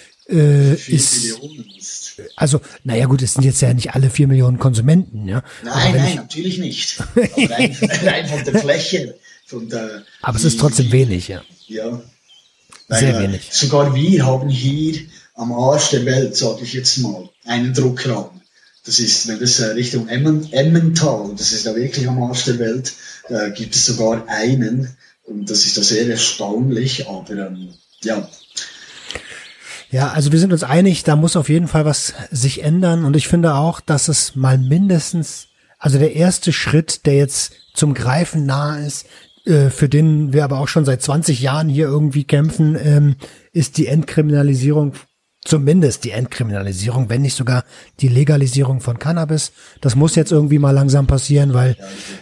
also, naja gut, es sind jetzt ja nicht alle 4 Millionen Konsumenten, ja. Nein, natürlich nicht. Aber rein von der Fläche. Aber es ist trotzdem wenig, ja. Ja. Sehr wenig. Sogar wir haben hier am Arsch der Welt, sage ich jetzt mal, einen Druckraum. Das ist, wenn das Richtung Emmental, das ist ja wirklich am Arsch der Welt, gibt es sogar einen. Und das ist ja sehr erstaunlich, aber ja. Ja, also wir sind uns einig, da muss auf jeden Fall was sich ändern und ich finde auch, dass es mal mindestens, also der erste Schritt, der jetzt zum Greifen nahe ist, für den wir aber auch schon seit 20 Jahren hier irgendwie kämpfen, ist die Entkriminalisierung, zumindest die Entkriminalisierung, wenn nicht sogar die Legalisierung von Cannabis. Das muss jetzt irgendwie mal langsam passieren, weil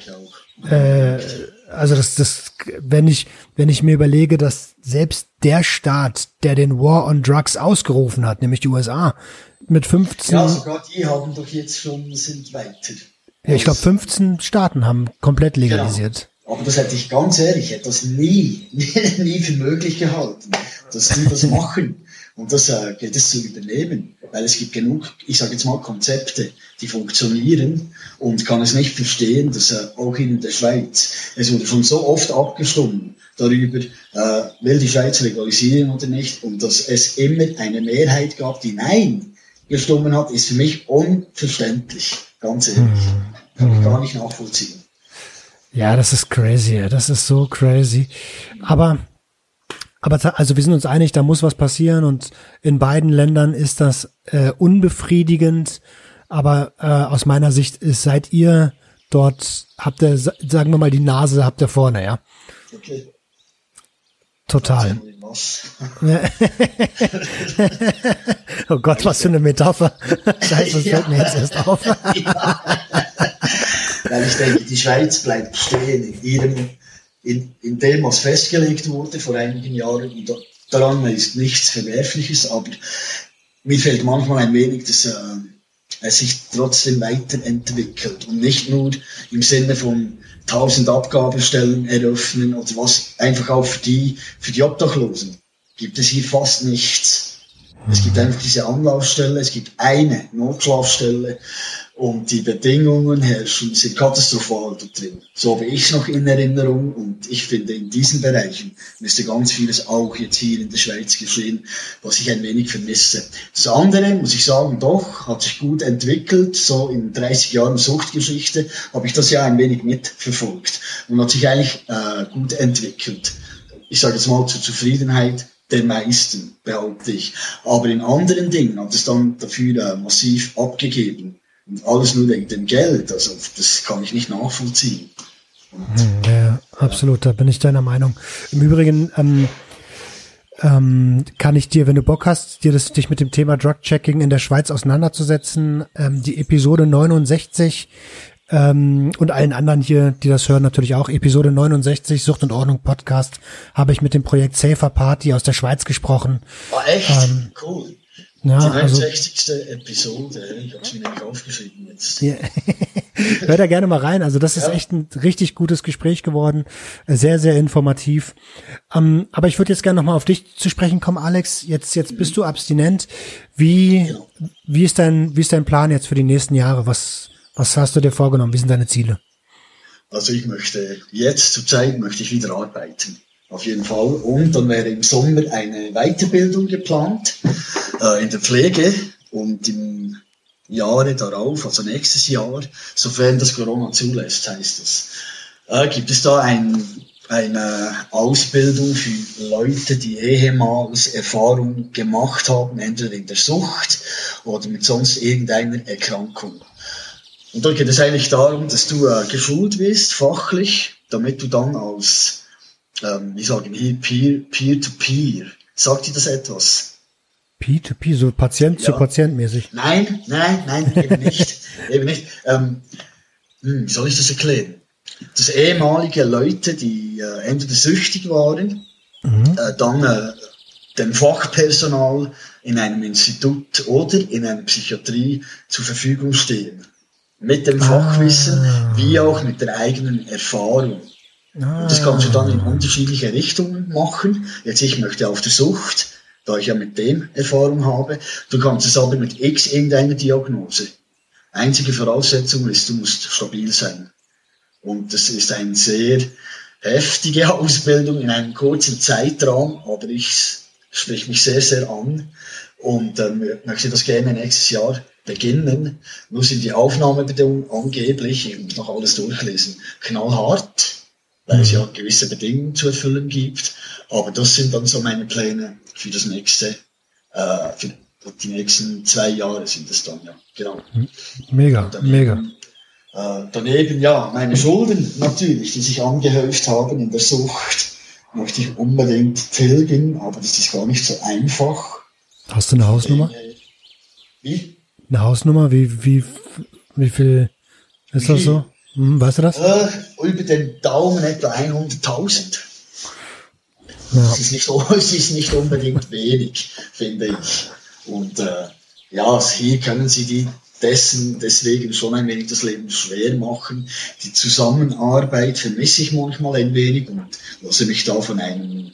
also wenn ich mir überlege, dass selbst der Staat, der den War on Drugs ausgerufen hat, nämlich die USA, mit 15... Ja, sogar die haben doch jetzt schon, sind weiter. Ja, ich glaube 15 Staaten haben komplett legalisiert. Genau. Aber das hätte ich ganz ehrlich, hätte das nie für möglich gehalten, dass die das machen. Und das gilt es zu übernehmen, weil es gibt genug, ich sage jetzt mal, Konzepte, die funktionieren und kann es nicht verstehen, dass auch in der Schweiz, es wurde schon so oft abgestimmt darüber, will die Schweiz legalisieren oder nicht, und dass es immer eine Mehrheit gab, die Nein gestimmt hat, ist für mich unverständlich, ganz ehrlich. Kann ich gar nicht nachvollziehen. Ja, das ist crazy, das ist so crazy. Aber also wir sind uns einig, da muss was passieren und in beiden Ländern ist das unbefriedigend. Aber aus meiner Sicht seid ihr dort, habt ihr, sagen wir mal, die Nase habt ihr vorne, ja? Okay. Total. Oh Gott, was für eine Metapher. Scheiße, das fällt mir jetzt erst auf. Weil ich denke, die Schweiz bleibt stehen in dem, was festgelegt wurde vor einigen Jahren. Und daran ist nichts Verwerfliches, aber mir fehlt manchmal ein wenig, dass es sich trotzdem weiterentwickelt und nicht nur im Sinne von 1000 Abgabestellen eröffnen oder was, einfach auch für die Obdachlosen gibt es hier fast nichts. Es gibt einfach diese Anlaufstelle, es gibt eine Notschlafstelle und die Bedingungen herrschen, sind katastrophal da drin. So habe ich es noch in Erinnerung und ich finde, in diesen Bereichen müsste ganz vieles auch jetzt hier in der Schweiz geschehen, was ich ein wenig vermisse. Das andere, muss ich sagen, doch, hat sich gut entwickelt. So in 30 Jahren Suchtgeschichte habe ich das ja ein wenig mitverfolgt und hat sich eigentlich gut entwickelt. Ich sage jetzt mal zur Zufriedenheit der meisten, behaupte ich. Aber in anderen Dingen hat es dann dafür massiv abgegeben. Und alles nur wegen dem Geld. Also das kann ich nicht nachvollziehen. Ja, absolut, da bin ich deiner Meinung. Im Übrigen kann ich dir, wenn du Bock hast, dich mit dem Thema Drug-Checking in der Schweiz auseinanderzusetzen, die Episode 69 und allen anderen hier, die das hören, natürlich auch. Episode 69, Sucht und Ordnung Podcast, habe ich mit dem Projekt Safer Party aus der Schweiz gesprochen. Oh, echt? Cool. Ja, die 69. Episode, ich habe es mir nämlich aufgeschrieben jetzt. Ja. Hör da gerne mal rein, also das ist echt ein richtig gutes Gespräch geworden, sehr, sehr informativ. Aber ich würde jetzt gerne nochmal auf dich zu sprechen kommen, Alex. Jetzt bist du abstinent. Wie ist dein Plan jetzt für die nächsten Jahre? Was hast du dir vorgenommen? Wie sind deine Ziele? Also ich möchte wieder arbeiten. Auf jeden Fall. Und dann wäre im Sommer eine Weiterbildung geplant in der Pflege und im Jahre darauf, also nächstes Jahr, sofern das Corona zulässt, heißt es, gibt es da eine Ausbildung für Leute, die ehemals Erfahrung gemacht haben, entweder in der Sucht oder mit sonst irgendeiner Erkrankung. Und da geht es eigentlich darum, dass du geschult wirst, fachlich, damit du dann als wir sagen hier Peer-to-Peer. Sagt dir das etwas? Peer-to-Peer, so Patient zu Patient mäßig? Nein, eben nicht. Wie soll ich das erklären? Dass ehemalige Leute, die entweder süchtig waren, dann dem Fachpersonal in einem Institut oder in einer Psychiatrie zur Verfügung stehen. Mit dem Fachwissen, wie auch mit der eigenen Erfahrung. Und das kannst du dann in unterschiedliche Richtungen machen. Jetzt, ich möchte auf der Sucht, da ich ja mit dem Erfahrung habe. Du kannst es aber mit X irgendeiner Diagnose. Einzige Voraussetzung ist, du musst stabil sein. Und das ist eine sehr heftige Ausbildung in einem kurzen Zeitraum, aber ich spreche mich sehr, sehr an und möchte das gerne nächstes Jahr beginnen. Nur sind die Aufnahmebedingungen angeblich, ich muss noch alles durchlesen, knallhart, weil es ja gewisse Bedingungen zu erfüllen gibt. Aber das sind dann so meine Pläne für das nächste, für die nächsten 2 Jahre sind es dann, ja, genau. Mega, mega. Daneben, ja, meine Schulden natürlich, die sich angehäuft haben in der Sucht, möchte ich unbedingt tilgen, aber das ist gar nicht so einfach. Hast du eine Hausnummer? Wie? Eine Hausnummer? Wie viel ist das so? Weißt du das? Über den Daumen etwa 100.000. Ja. Es ist nicht unbedingt wenig, finde ich. Und hier können sie deswegen schon ein wenig das Leben schwer machen. Die Zusammenarbeit vermisse ich manchmal ein wenig und lasse mich da von einem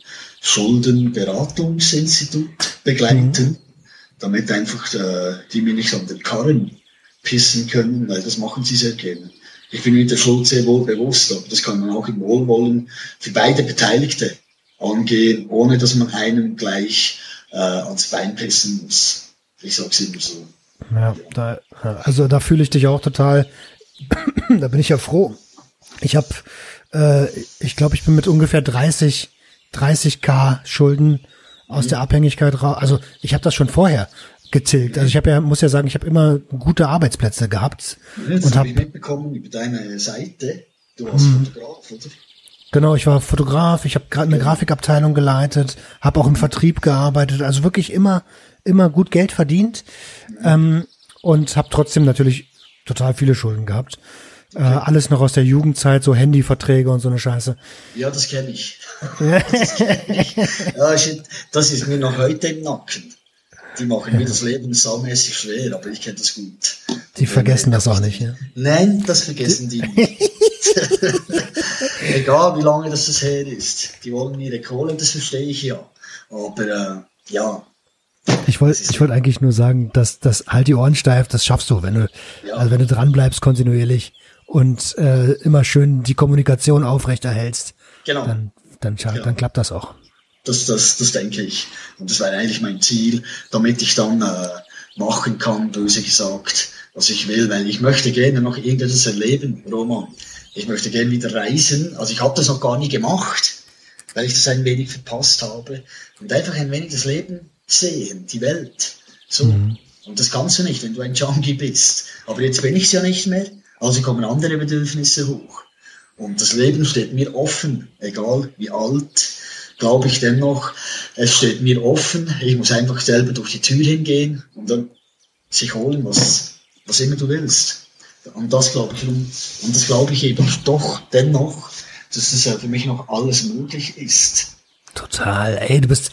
Schuldenberatungsinstitut begleiten, damit einfach die mir nicht an den Karren pissen können, weil das machen sie sehr gerne. Ich bin mit der Schuld sehr wohl bewusst, aber das kann man auch im Wohlwollen für beide Beteiligte angehen, ohne dass man einem gleich ans Bein pissen muss. Ich sag's immer so. Ja, da fühle ich dich auch total, da bin ich ja froh, Ich glaube, ich bin mit ungefähr 30k Schulden aus der Abhängigkeit raus. Also ich habe das schon vorher getilgt. Also ich muss ja sagen, ich habe immer gute Arbeitsplätze gehabt. Das habe ich mitbekommen über deine Seite. Du warst Fotograf, oder? Genau, ich war Fotograf, ich habe gerade eine Grafikabteilung geleitet, habe auch im Vertrieb gearbeitet, also wirklich immer gut Geld verdient und habe trotzdem natürlich total viele Schulden gehabt. Alles noch aus der Jugendzeit, so Handyverträge und so eine Scheiße. Ja, das kenne ich. Ja, das ist mir noch heute im Nacken. Die machen mir das Leben saumäßig schwer, aber ich kenne das gut. Die vergessen das auch nicht, ja? Nein, das vergessen die nicht. Egal, wie lange das her ist. Die wollen ihre Kohle, das verstehe ich ja. Aber, ja. Ich wollte eigentlich nur sagen, dass das halt die Ohren steif, das schaffst du, wenn du dran bleibst kontinuierlich und immer schön die Kommunikation aufrechterhältst. Genau. Dann klappt das auch. Das denke ich. Und das war eigentlich mein Ziel, damit ich dann machen kann, böse gesagt, was ich will. Weil ich möchte gerne noch irgendetwas erleben, Roman. Ich möchte gerne wieder reisen. Also ich habe das noch gar nie gemacht, weil ich das ein wenig verpasst habe. Und einfach ein wenig das Leben sehen, die Welt. So. Und das kannst du nicht, wenn du ein Junkie bist. Aber jetzt bin ich es ja nicht mehr. Also kommen andere Bedürfnisse hoch. Und das Leben steht mir offen, egal wie alt, glaube ich dennoch, es steht mir offen. Ich muss einfach selber durch die Tür hingehen und dann sich holen, was immer du willst. Und das glaube ich eben doch dennoch, dass das für mich noch alles möglich ist. Total. Ey, du bist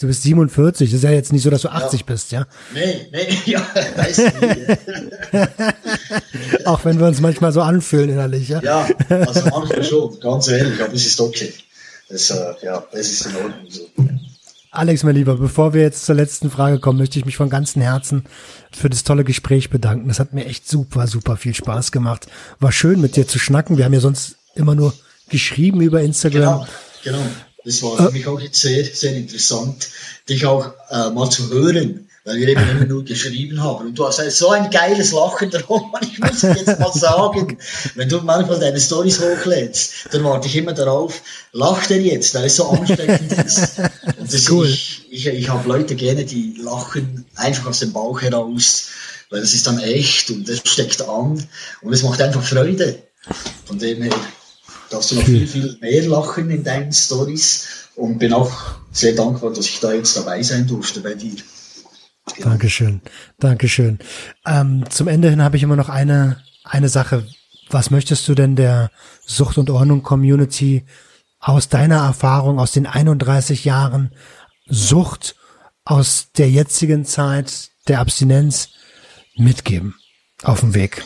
47. Das ist ja jetzt nicht so, dass du 80 bist, ja? Nee, ja, weiß nicht. Auch wenn wir uns manchmal so anfühlen innerlich, ja? Ja, also manchmal schon, ganz ehrlich, aber es ist okay. Es ist in Ordnung so. Alex, mein Lieber, bevor wir jetzt zur letzten Frage kommen, möchte ich mich von ganzem Herzen für das tolle Gespräch bedanken. Das hat mir echt super, super viel Spaß gemacht. War schön, mit dir zu schnacken. Wir haben ja sonst immer nur geschrieben über Instagram. Genau. Das war für mich auch jetzt sehr, sehr interessant, dich auch mal zu hören, weil wir eben immer nur geschrieben haben. Und du hast so ein geiles Lachen darum, ich muss jetzt mal sagen, wenn du manchmal deine Storys hochlädst, dann warte ich immer darauf, lacht er jetzt, weil es so ansteckend ist. Und das cool. Ich habe Leute gerne, die lachen einfach aus dem Bauch heraus, weil das ist dann echt und das steckt an und es macht einfach Freude. Von dem her darfst du noch viel, viel mehr lachen in deinen Storys und bin auch sehr dankbar, dass ich da jetzt dabei sein durfte bei dir. Genau. Dankeschön. Zum Ende hin habe ich immer noch eine Sache. Was möchtest du denn der Sucht und Ordnung Community aus deiner Erfahrung, aus den 31 Jahren Sucht, aus der jetzigen Zeit der Abstinenz mitgeben auf dem Weg?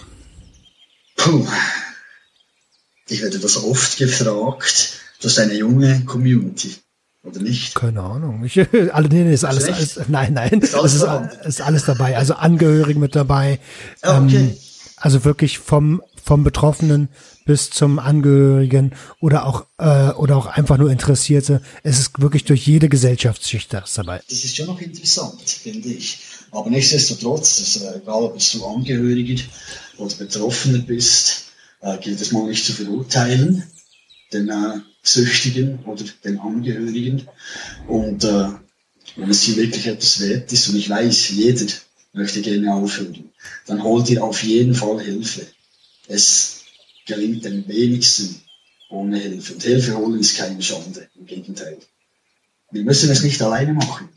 Puh. Ich werde das oft gefragt. Das ist eine junge Community, oder nicht? Keine Ahnung. Ist alles nein. Ist alles dabei. Also Angehörige mit dabei. Okay. Also wirklich vom Betroffenen bis zum Angehörigen oder auch einfach nur Interessierte. Es ist wirklich durch jede Gesellschaftsschicht dabei. Das ist schon noch interessant, finde ich. Aber nichtsdestotrotz, egal ob du Angehöriger oder Betroffener bist, gilt es mal nicht zu verurteilen, den Süchtigen oder den Angehörigen. Und wenn es hier wirklich etwas wert ist, und ich weiß, jeder möchte gerne aufhören, dann holt ihr auf jeden Fall Hilfe. Es gelingt den wenigsten ohne Hilfe. Und Hilfe holen ist keine Schande, im Gegenteil. Wir müssen es nicht alleine machen.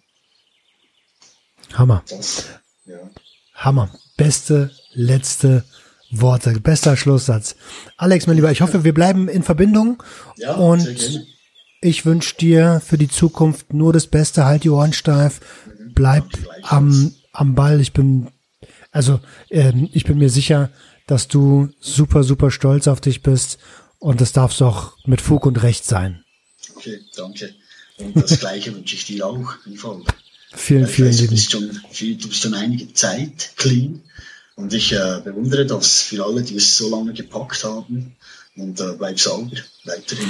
Hammer. Ja. Hammer. Beste, letzte Worte, bester Schlusssatz. Alex, mein Lieber, ich hoffe, wir bleiben in Verbindung. Ja, und sehr gerne. Ich wünsche dir für die Zukunft nur das Beste. Halt die Ohren steif. Bleib am Ball. Ich bin mir sicher, dass du super, super stolz auf dich bist. Und das darfst du auch mit Fug und Recht sein. Okay, danke. Und das Gleiche wünsche ich dir auch. Vielen Dank. Du bist schon einige Zeit clean. Und ich bewundere das für alle, die es so lange gepackt haben. Und bleib sauber, weiterhin.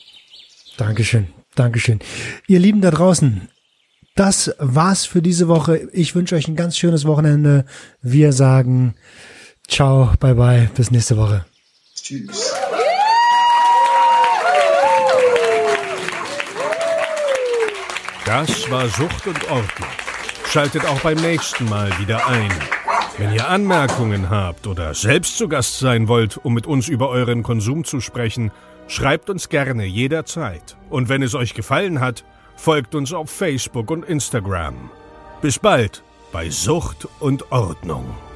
Dankeschön. Ihr Lieben da draußen, das war's für diese Woche. Ich wünsche euch ein ganz schönes Wochenende. Wir sagen ciao, bye bye, bis nächste Woche. Tschüss. Das war Sucht und Ordnung. Schaltet auch beim nächsten Mal wieder ein. Wenn ihr Anmerkungen habt oder selbst zu Gast sein wollt, um mit uns über euren Konsum zu sprechen, schreibt uns gerne jederzeit. Und wenn es euch gefallen hat, folgt uns auf Facebook und Instagram. Bis bald bei Sucht und Ordnung.